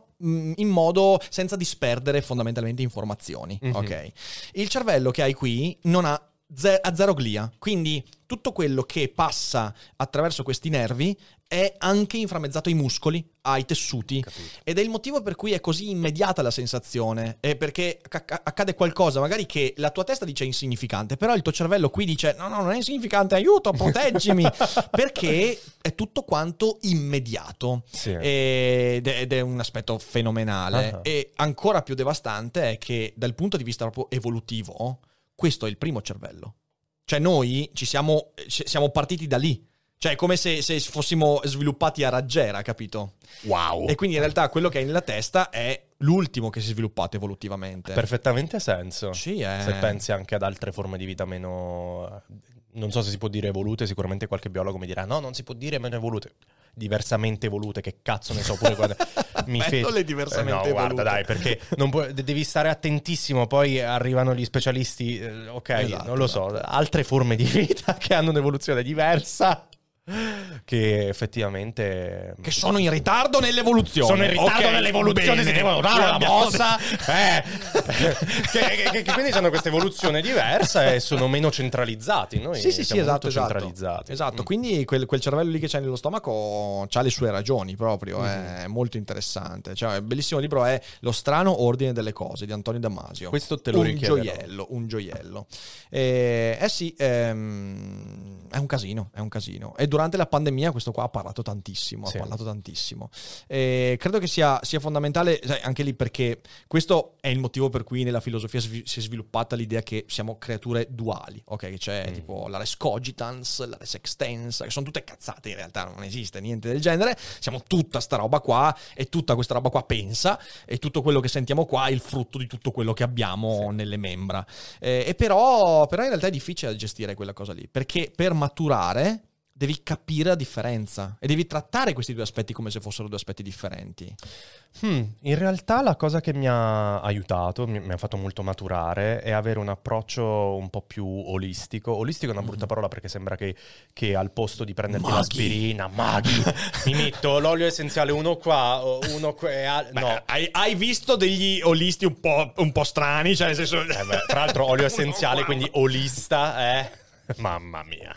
in modo senza disperdere fondamentalmente informazioni. Ok, il cervello che hai qui non ha zero glia, quindi tutto quello che passa attraverso questi nervi è anche inframmezzato ai muscoli, ai tessuti. Capito. Ed è il motivo per cui è così immediata la sensazione, è perché accade qualcosa magari che la tua testa dice insignificante, però il tuo cervello qui dice no, non è insignificante, aiuto, proteggimi, perché è tutto quanto immediato. Sì. Ed è un aspetto fenomenale. E ancora più devastante è che dal punto di vista proprio evolutivo questo è il primo cervello. Cioè noi siamo partiti da lì. Cioè è come se fossimo sviluppati a raggiera, capito? Wow. E quindi in realtà quello che hai nella testa è l'ultimo che si è sviluppato evolutivamente. Perfettamente senso. Sì, Se pensi anche ad altre forme di vita meno... Non so se si può dire evolute, sicuramente qualche biologo mi dirà no, non si può dire meno evolute. Diversamente evolute, che cazzo ne so, pure quando mi le diversamente no, evolute. guarda, dai, perché devi stare attentissimo, poi arrivano gli specialisti, Esatto, non lo so, altre forme di vita che hanno un'evoluzione diversa, che effettivamente che sono in ritardo nell'evoluzione. Sono in ritardo nell'evoluzione, si devono dare la mossa. Che quindi hanno questa evoluzione diversa e sono meno centralizzati. Noi sì, siamo esatto, molto centralizzati. Esatto, quindi quel cervello lì che c'è nello stomaco c'ha le sue ragioni proprio, è molto interessante. Cioè, il bellissimo libro è Lo strano ordine delle cose di Antonio Damasio. Questo te lo richiederò. Un gioiello. è un casino. E durante la pandemia questo qua ha parlato tantissimo, Sì. ha parlato tantissimo. E credo che sia fondamentale, sai, anche lì, perché questo è il motivo per cui nella filosofia si è sviluppata l'idea che siamo creature duali, ok? Che c'è tipo la res cogitans, la res extensa, che sono tutte cazzate, in realtà non esiste niente del genere, siamo tutta sta roba qua e tutta questa roba qua pensa, e tutto quello che sentiamo qua è il frutto di tutto quello che abbiamo nelle membra. E però in realtà è difficile da gestire quella cosa lì, perché per maturare devi capire la differenza e devi trattare questi due aspetti come se fossero due aspetti differenti. In realtà la cosa che mi ha aiutato, mi ha fatto molto maturare, è avere un approccio un po' più olistico. Olistico è una brutta parola, perché sembra che al posto di prenderti l'aspirina, mi metto l'olio essenziale, uno qua, uno qua. No. Hai visto degli olisti un po' strani? Cioè, nel senso... Tra l'altro olio essenziale, quindi olista, Mamma mia.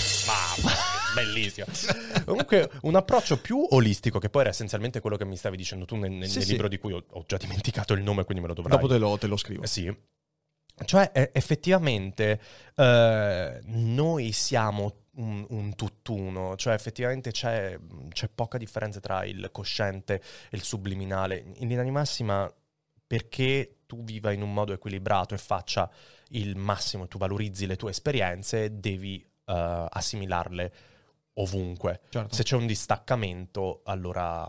Bellissimo. Comunque un approccio più olistico, che poi era essenzialmente quello che mi stavi dicendo tu nel libro di cui ho già dimenticato il nome, quindi me lo dovrai. Dopo te lo scrivo. Sì. Cioè effettivamente noi siamo un tutt'uno, cioè effettivamente c'è poca differenza tra il cosciente e il subliminale. In linea di massima, perché tu viva in un modo equilibrato e faccia il massimo, tu valorizzi le tue esperienze, devi assimilarle ovunque. Certo. Se c'è un distaccamento, allora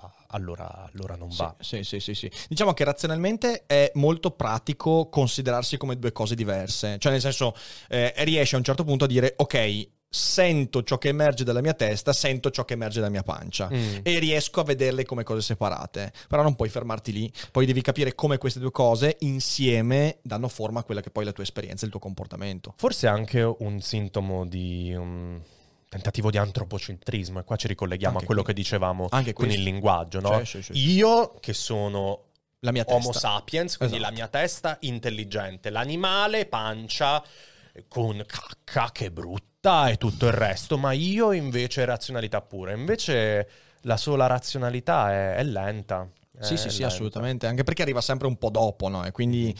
non va. Sì. Diciamo che razionalmente è molto pratico considerarsi come due cose diverse. Cioè, nel senso, riesci a un certo punto a dire, ok, sento ciò che emerge dalla mia testa, sento ciò che emerge dalla mia pancia, e riesco a vederle come cose separate. Però non puoi fermarti lì, poi devi capire come queste due cose insieme danno forma a quella che poi è la tua esperienza, il tuo comportamento. Forse è anche un sintomo di un tentativo di antropocentrismo, e qua ci ricolleghiamo Anche a quello qui. che dicevamo Anche con questo. il linguaggio, no? Sì. Io che sono La mia Homo testa. sapiens, quindi Esatto. la mia testa intelligente, l'animale pancia con cacca che brutta e tutto il resto, ma io invece razionalità pura. Invece la sola razionalità è lenta. Sì, lenta. assolutamente, anche perché arriva sempre un po' dopo, no? E quindi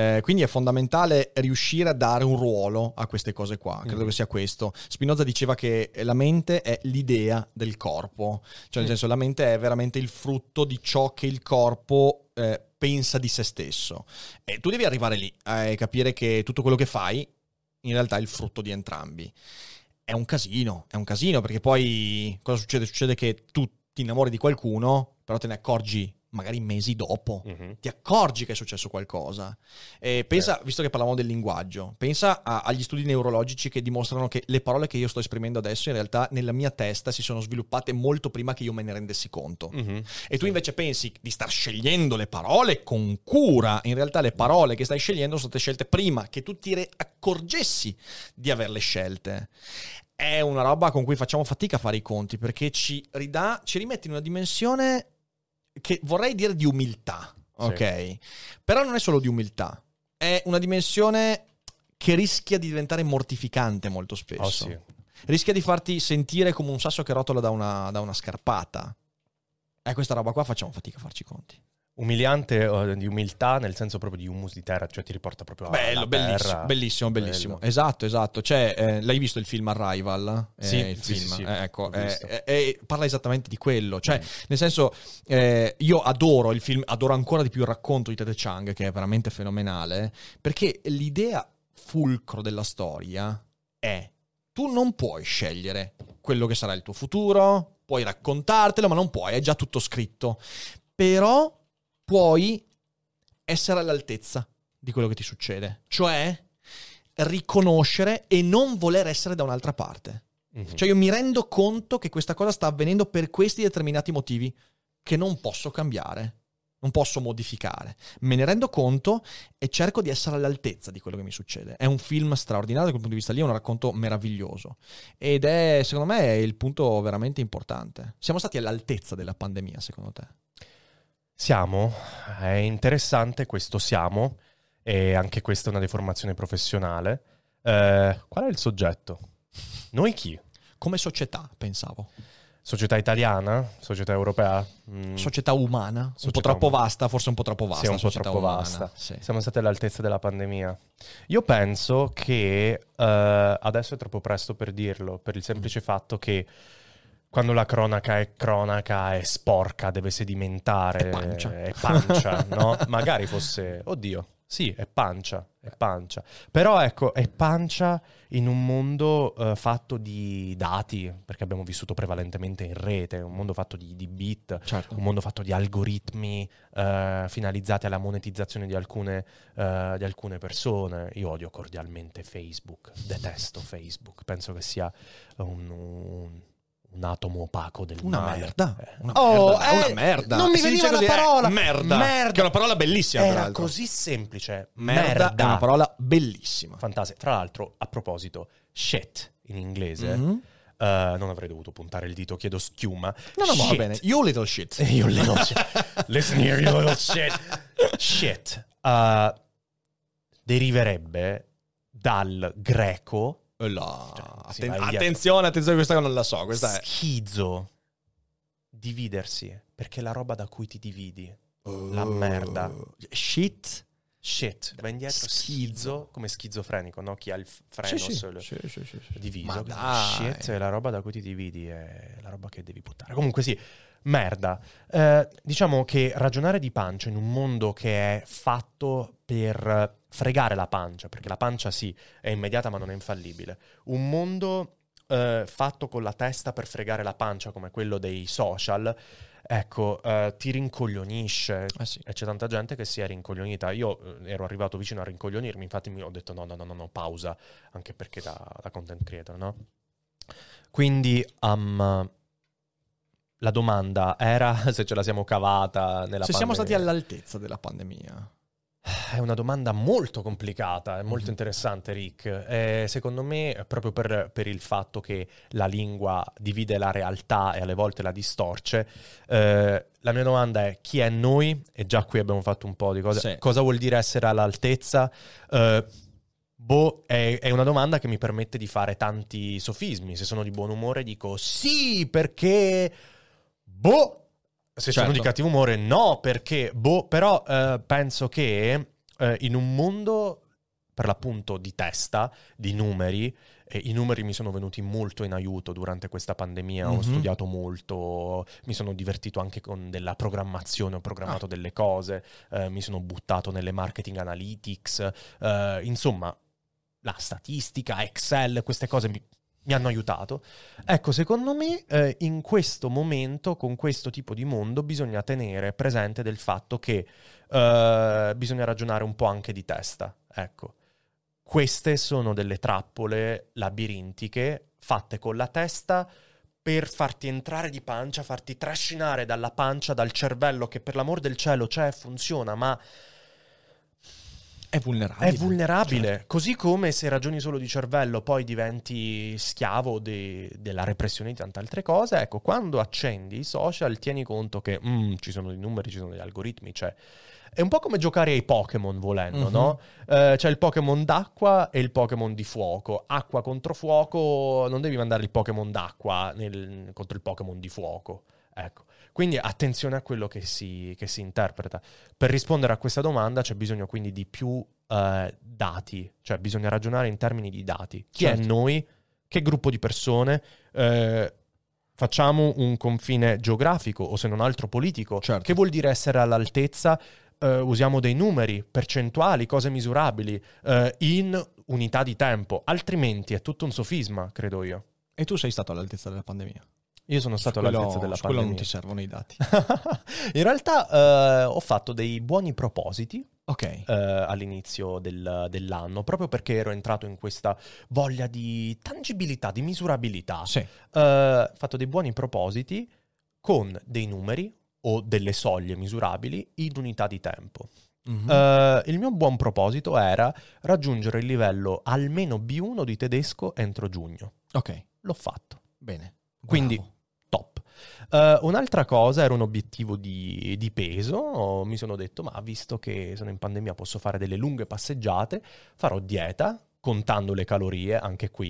è fondamentale riuscire a dare un ruolo a queste cose qua. Credo che sia questo. Spinoza diceva che la mente è l'idea del corpo, cioè nel senso, la mente è veramente il frutto di ciò che il corpo pensa di se stesso, e tu devi arrivare lì e capire che tutto quello che fai in realtà è il frutto di entrambi. È un casino, perché poi cosa succede? Succede che tu ti innamori di qualcuno, però te ne accorgi magari mesi dopo, ti accorgi che è successo qualcosa. E pensa, visto che parlavamo del linguaggio, pensa agli studi neurologici che dimostrano che le parole che io sto esprimendo adesso in realtà nella mia testa si sono sviluppate molto prima che io me ne rendessi conto. E tu invece pensi di star scegliendo le parole con cura, in realtà le parole che stai scegliendo sono state scelte prima che tu ti accorgessi di averle scelte. È una roba con cui facciamo fatica a fare i conti, perché ci rimette in una dimensione che vorrei dire di umiltà, ok? Però non è solo di umiltà, è una dimensione che rischia di diventare mortificante molto spesso. Rischia di farti sentire come un sasso che rotola da una scarpata. E questa roba qua facciamo fatica a farci conti. Umiliante, di umiltà, nel senso proprio di humus di terra, cioè ti riporta proprio alla terra. Bellissimo. Bello. Esatto. Cioè, l'hai visto il film Arrival? Sì, il sì, film. sì. Ecco, parla esattamente di quello. Cioè, nel senso, io adoro il film, adoro ancora di più il racconto di Ted Chiang, che è veramente fenomenale, perché l'idea fulcro della storia è: tu non puoi scegliere quello che sarà il tuo futuro, puoi raccontartelo, ma non puoi, è già tutto scritto. Però puoi essere all'altezza di quello che ti succede, cioè riconoscere e non voler essere da un'altra parte. Cioè, io mi rendo conto che questa cosa sta avvenendo per questi determinati motivi che non posso cambiare, non posso modificare. Me ne rendo conto e cerco di essere all'altezza di quello che mi succede. È un film straordinario da quel punto di vista lì, è un racconto meraviglioso. Ed è, secondo me, è il punto veramente importante. Siamo stati all'altezza della pandemia, secondo te? Siamo, è interessante questo siamo, e anche questa è una deformazione professionale. Qual è il soggetto? Noi chi? Come società, pensavo. Società italiana? Società europea? Società umana? Un po' troppo vasta, forse un po' troppo vasta. Sì, un po' società troppo umana. vasta. Sì. Siamo stati all'altezza della pandemia. Io penso che adesso è troppo presto per dirlo, per il semplice fatto che quando la cronaca è sporca, deve sedimentare, è pancia, no? Magari fosse, oddio, sì, è pancia. Però ecco, è pancia in un mondo fatto di dati, perché abbiamo vissuto prevalentemente in rete, un mondo fatto di bit, Certo. un mondo fatto di algoritmi finalizzati alla monetizzazione di alcune persone. Io odio cordialmente Facebook, detesto Facebook, penso che sia un atomo opaco del Una male. merda. Una merda. Non mi Si veniva dice la così, parola. merda. Che è una parola bellissima, Era peraltro. così semplice. Merda è una parola bellissima. Fantastica. Tra l'altro, a proposito, shit in inglese, Mhm. non avrei dovuto puntare il dito, chiedo schiuma. No, ma va Shit. bene. You little shit. You little shit. Listen here, you little shit. Shit. Deriverebbe dal greco. Attenzione, vai attenzione, questa non la so. Questa è. Schizo. Dividersi. Perché è la roba da cui ti dividi. La merda. Shit. Shit. Va indietro. Schizo. Come schizofrenico, no? Chi ha il freno solo Sì. diviso. Ma dai. Shit è la roba da cui ti dividi. È la roba che devi buttare. Comunque sì. Merda. Diciamo che ragionare di pancia in un mondo che è fatto per fregare la pancia, perché la pancia sì, è immediata ma non è infallibile. Un mondo fatto con la testa per fregare la pancia, come quello dei social, ecco, ti rincoglionisce. Sì. E c'è tanta gente che si è rincoglionita. Io ero arrivato vicino a rincoglionirmi, infatti mi ho detto no, pausa, anche perché da content creator, no? Quindi la domanda era se ce la siamo cavata nella Se pandemia. siamo stati all'altezza della pandemia. È una domanda molto complicata, è molto interessante, Rick. Secondo me, proprio per il fatto che la lingua divide la realtà e alle volte la distorce, la mia domanda è: chi è noi? E già qui abbiamo fatto un po' di cose. Sì. Cosa vuol dire essere all'altezza? È una domanda che mi permette di fare tanti sofismi. Se sono di buon umore dico sì, perché... Se sono di cattivo umore, no, perché però penso che in un mondo per l'appunto di testa, di numeri, i numeri mi sono venuti molto in aiuto durante questa pandemia, ho studiato molto, mi sono divertito anche con della programmazione, ho programmato delle cose, mi sono buttato nelle marketing analytics, insomma, la statistica, Excel, queste cose mi hanno aiutato. Ecco, secondo me in questo momento, con questo tipo di mondo, bisogna tenere presente del fatto che bisogna ragionare un po' anche di testa. Ecco, queste sono delle trappole labirintiche fatte con la testa per farti entrare di pancia, farti trascinare dalla pancia, dal cervello che per l'amor del cielo c'è, funziona, ma... È vulnerabile. È vulnerabile, Certo. così come se ragioni solo di cervello poi diventi schiavo della repressione di tante altre cose. Ecco, quando accendi i social tieni conto che ci sono dei numeri, ci sono degli algoritmi, cioè è un po' come giocare ai Pokémon volendo, no? C'è il Pokémon d'acqua e il Pokémon di fuoco. Acqua contro fuoco, non devi mandare il Pokémon d'acqua contro il Pokémon di fuoco. Ecco, quindi attenzione a quello che si interpreta. Per rispondere a questa domanda c'è bisogno quindi di più dati, cioè bisogna ragionare in termini di dati. Chi è noi? Che gruppo di persone? Facciamo un confine geografico o se non altro politico. Certo. Che vuol dire essere all'altezza? Usiamo dei numeri, percentuali, cose misurabili in unità di tempo, altrimenti è tutto un sofisma, credo io. E tu sei stato all'altezza della pandemia? Io sono stato all'altezza della Quello pandemia. non ti servono i dati. In realtà ho fatto dei buoni propositi Ok. all'inizio dell'anno, proprio perché ero entrato in questa voglia di tangibilità, di misurabilità. Sì. Ho fatto dei buoni propositi con dei numeri o delle soglie misurabili in unità di tempo. Il mio buon proposito era raggiungere il livello almeno B1 di tedesco entro giugno. Ok. L'ho fatto. Bene. Quindi Bravo. top. Un'altra cosa era un obiettivo di peso. Mi sono detto, ma visto che sono in pandemia posso fare delle lunghe passeggiate, farò dieta contando le calorie, anche qui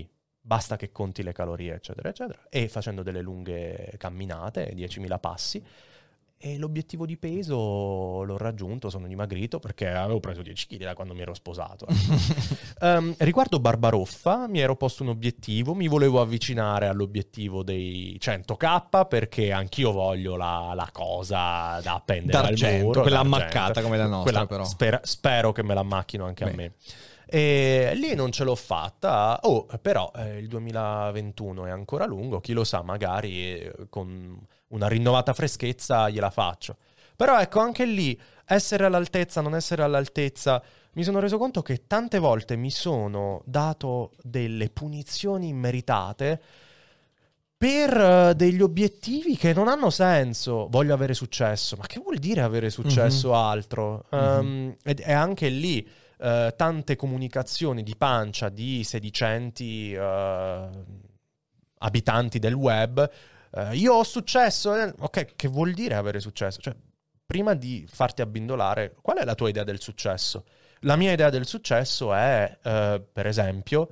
basta che conti le calorie, eccetera, eccetera, e facendo delle lunghe camminate, 10.000 passi, e l'obiettivo di peso l'ho raggiunto, sono dimagrito perché avevo preso 10 kg da quando mi ero sposato. Riguardo Barbaroffa, mi ero posto un obiettivo, mi volevo avvicinare all'obiettivo dei 100k perché anch'io voglio la cosa da appendere al muro. Quella ammaccata come la nostra, però. Spero che me la ammacchino anche a me. E lì non ce l'ho fatta, però il 2021 è ancora lungo, chi lo sa, magari con una rinnovata freschezza gliela faccio. Però ecco, anche lì, essere all'altezza, non essere all'altezza, mi sono reso conto che tante volte mi sono dato delle punizioni immeritate per degli obiettivi che non hanno senso. Voglio avere successo, ma che vuol dire avere successo altro? Ed è anche lì tante comunicazioni di pancia di sedicenti abitanti del web. Io ho successo. Ok, che vuol dire avere successo? Cioè, prima di farti abbindolare, qual è la tua idea del successo? La mia idea del successo è, per esempio,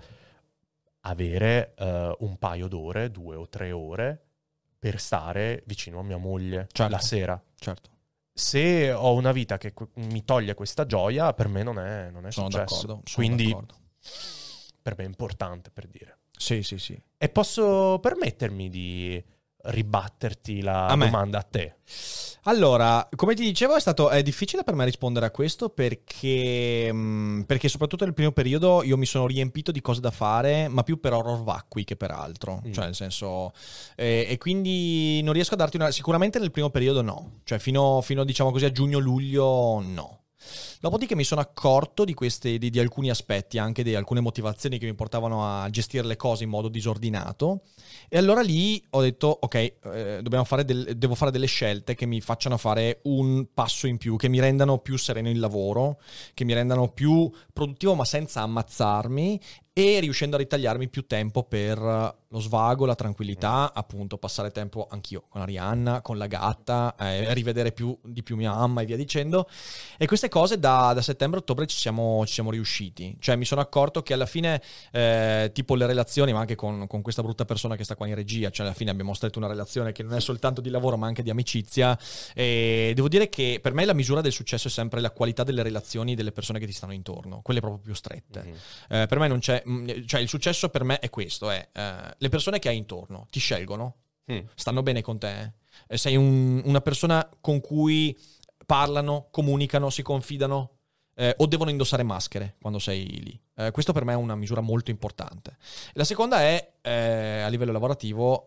avere un paio d'ore, 2 o 3 ore, per stare vicino a mia moglie la sera. Certo. Se ho una vita che mi toglie questa gioia, per me non è sono successo. D'accordo, quindi d'accordo. Per me è importante, per dire. Sì, sì, sì. E posso permettermi di ribatterti la domanda a te? Allora, come ti dicevo, è difficile per me rispondere a questo perché soprattutto nel primo periodo io mi sono riempito di cose da fare, ma più per horror vacui che per altro. Cioè, nel senso, e quindi non riesco a darti sicuramente nel primo periodo no. Cioè, fino diciamo così a giugno-luglio no. Dopodiché mi sono accorto di alcuni aspetti, anche di alcune motivazioni che mi portavano a gestire le cose in modo disordinato, e allora lì ho detto ok, devo fare delle scelte che mi facciano fare un passo in più, che mi rendano più sereno il lavoro, che mi rendano più produttivo ma senza ammazzarmi, e riuscendo a ritagliarmi più tempo per lo svago, la tranquillità, appunto passare tempo anch'io con Arianna, con la gatta, rivedere di più mia mamma e via dicendo. E queste cose da settembre-ottobre ci siamo riusciti. Cioè mi sono accorto che alla fine tipo le relazioni, ma anche con questa brutta persona che sta qua in regia, cioè alla fine abbiamo stretto una relazione che non è soltanto di lavoro ma anche di amicizia, e devo dire che per me la misura del successo è sempre la qualità delle relazioni delle persone che ti stanno intorno, quelle proprio più strette. Per me non c'è, cioè il successo per me è questo, le persone che hai intorno ti scelgono, stanno bene con te, sei una persona con cui parlano, comunicano, si confidano, o devono indossare maschere quando sei lì. Questo per me è una misura molto importante. La seconda è a livello lavorativo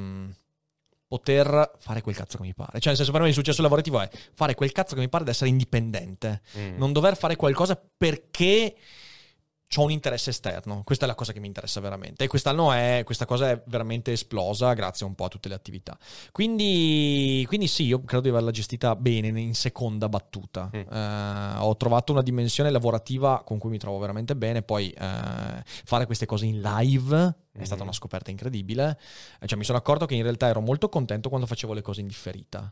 poter fare quel cazzo che mi pare. Cioè nel senso, per me il successo lavorativo è fare quel cazzo che mi pare, ad essere indipendente, non dover fare qualcosa perché c'ho un interesse esterno. Questa è la cosa che mi interessa veramente, e quest'anno questa cosa è veramente esplosa grazie un po' a tutte le attività. Quindi sì, io credo di averla gestita bene in seconda battuta. Ho trovato una dimensione lavorativa con cui mi trovo veramente bene. Poi fare queste cose in live è stata una scoperta incredibile. Cioè mi sono accorto che in realtà ero molto contento quando facevo le cose in differita,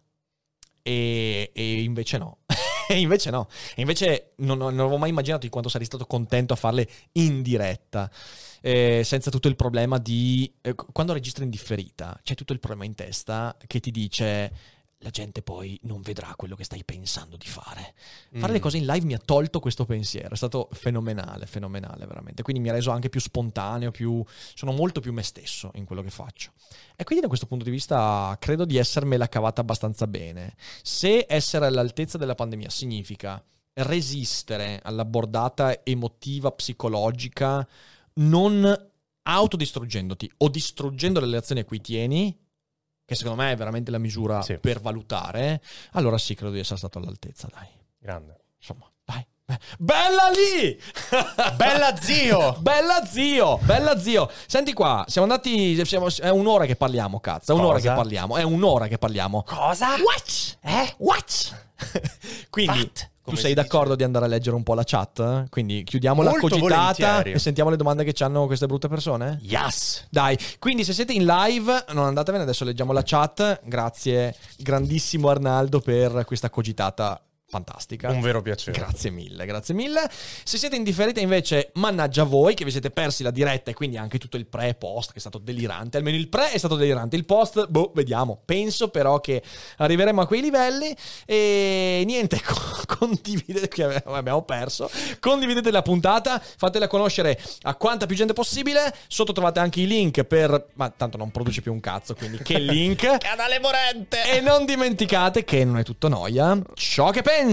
e invece no. E invece no, non avevo mai immaginato di quanto sarei stato contento a farle in diretta, senza tutto il problema di quando registri in differita c'è tutto il problema in testa che ti dice la gente poi non vedrà quello che stai pensando di fare. Fare le cose in live mi ha tolto questo pensiero, è stato fenomenale veramente, quindi mi ha reso anche più spontaneo, sono molto più me stesso in quello che faccio, e quindi da questo punto di vista credo di essermela cavata abbastanza bene. Se essere all'altezza della pandemia significa resistere alla bordata emotiva, psicologica, non autodistruggendoti o distruggendo le relazioni a cui tieni, che secondo me è veramente la misura per valutare, allora sì, credo di essere stato all'altezza, dai. Grande. Insomma, dai. Bella lì! Bella zio! Bella zio! Senti qua, siamo andati, è un'ora che parliamo, cazzo, è un'ora che parliamo. Cosa? What? Quindi tu sei d'accordo di andare a leggere un po' la chat? Quindi chiudiamo la cogitata e sentiamo le domande che ci hanno queste brutte persone? Yes! Dai, quindi se siete in live non andatevene, adesso leggiamo la chat. Grazie grandissimo Arnaldo per questa cogitata fantastica. Un vero piacere. Grazie mille, grazie mille. Se siete indifferiti invece, mannaggia voi che vi siete persi la diretta e quindi anche tutto il pre e post che è stato delirante. Almeno il pre è stato delirante, il post, vediamo. Penso però che arriveremo a quei livelli e niente, condividete, che abbiamo perso. Condividete la puntata, fatela conoscere a quanta più gente possibile. Sotto trovate anche i link ma tanto non produce più un cazzo, quindi che link? Canale morente! E non dimenticate che non è tutto noia ciò che pensa.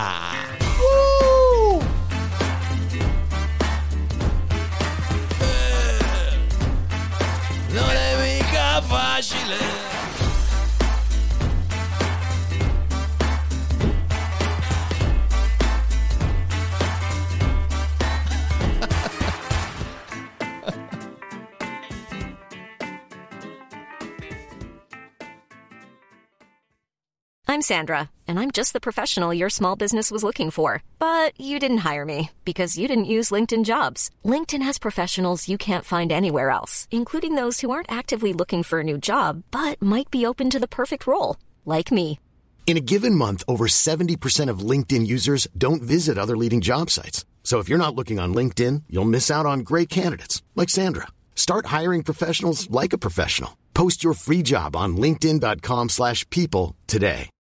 Non è mica facile. I'm Sandra, and I'm just the professional your small business was looking for. But you didn't hire me because you didn't use LinkedIn Jobs. LinkedIn has professionals you can't find anywhere else, including those who aren't actively looking for a new job, but might be open to the perfect role, like me. In a given month, over 70% of LinkedIn users don't visit other leading job sites. So if you're not looking on LinkedIn, you'll miss out on great candidates like Sandra. Start hiring professionals like a professional. Post your free job on linkedin.com/people today.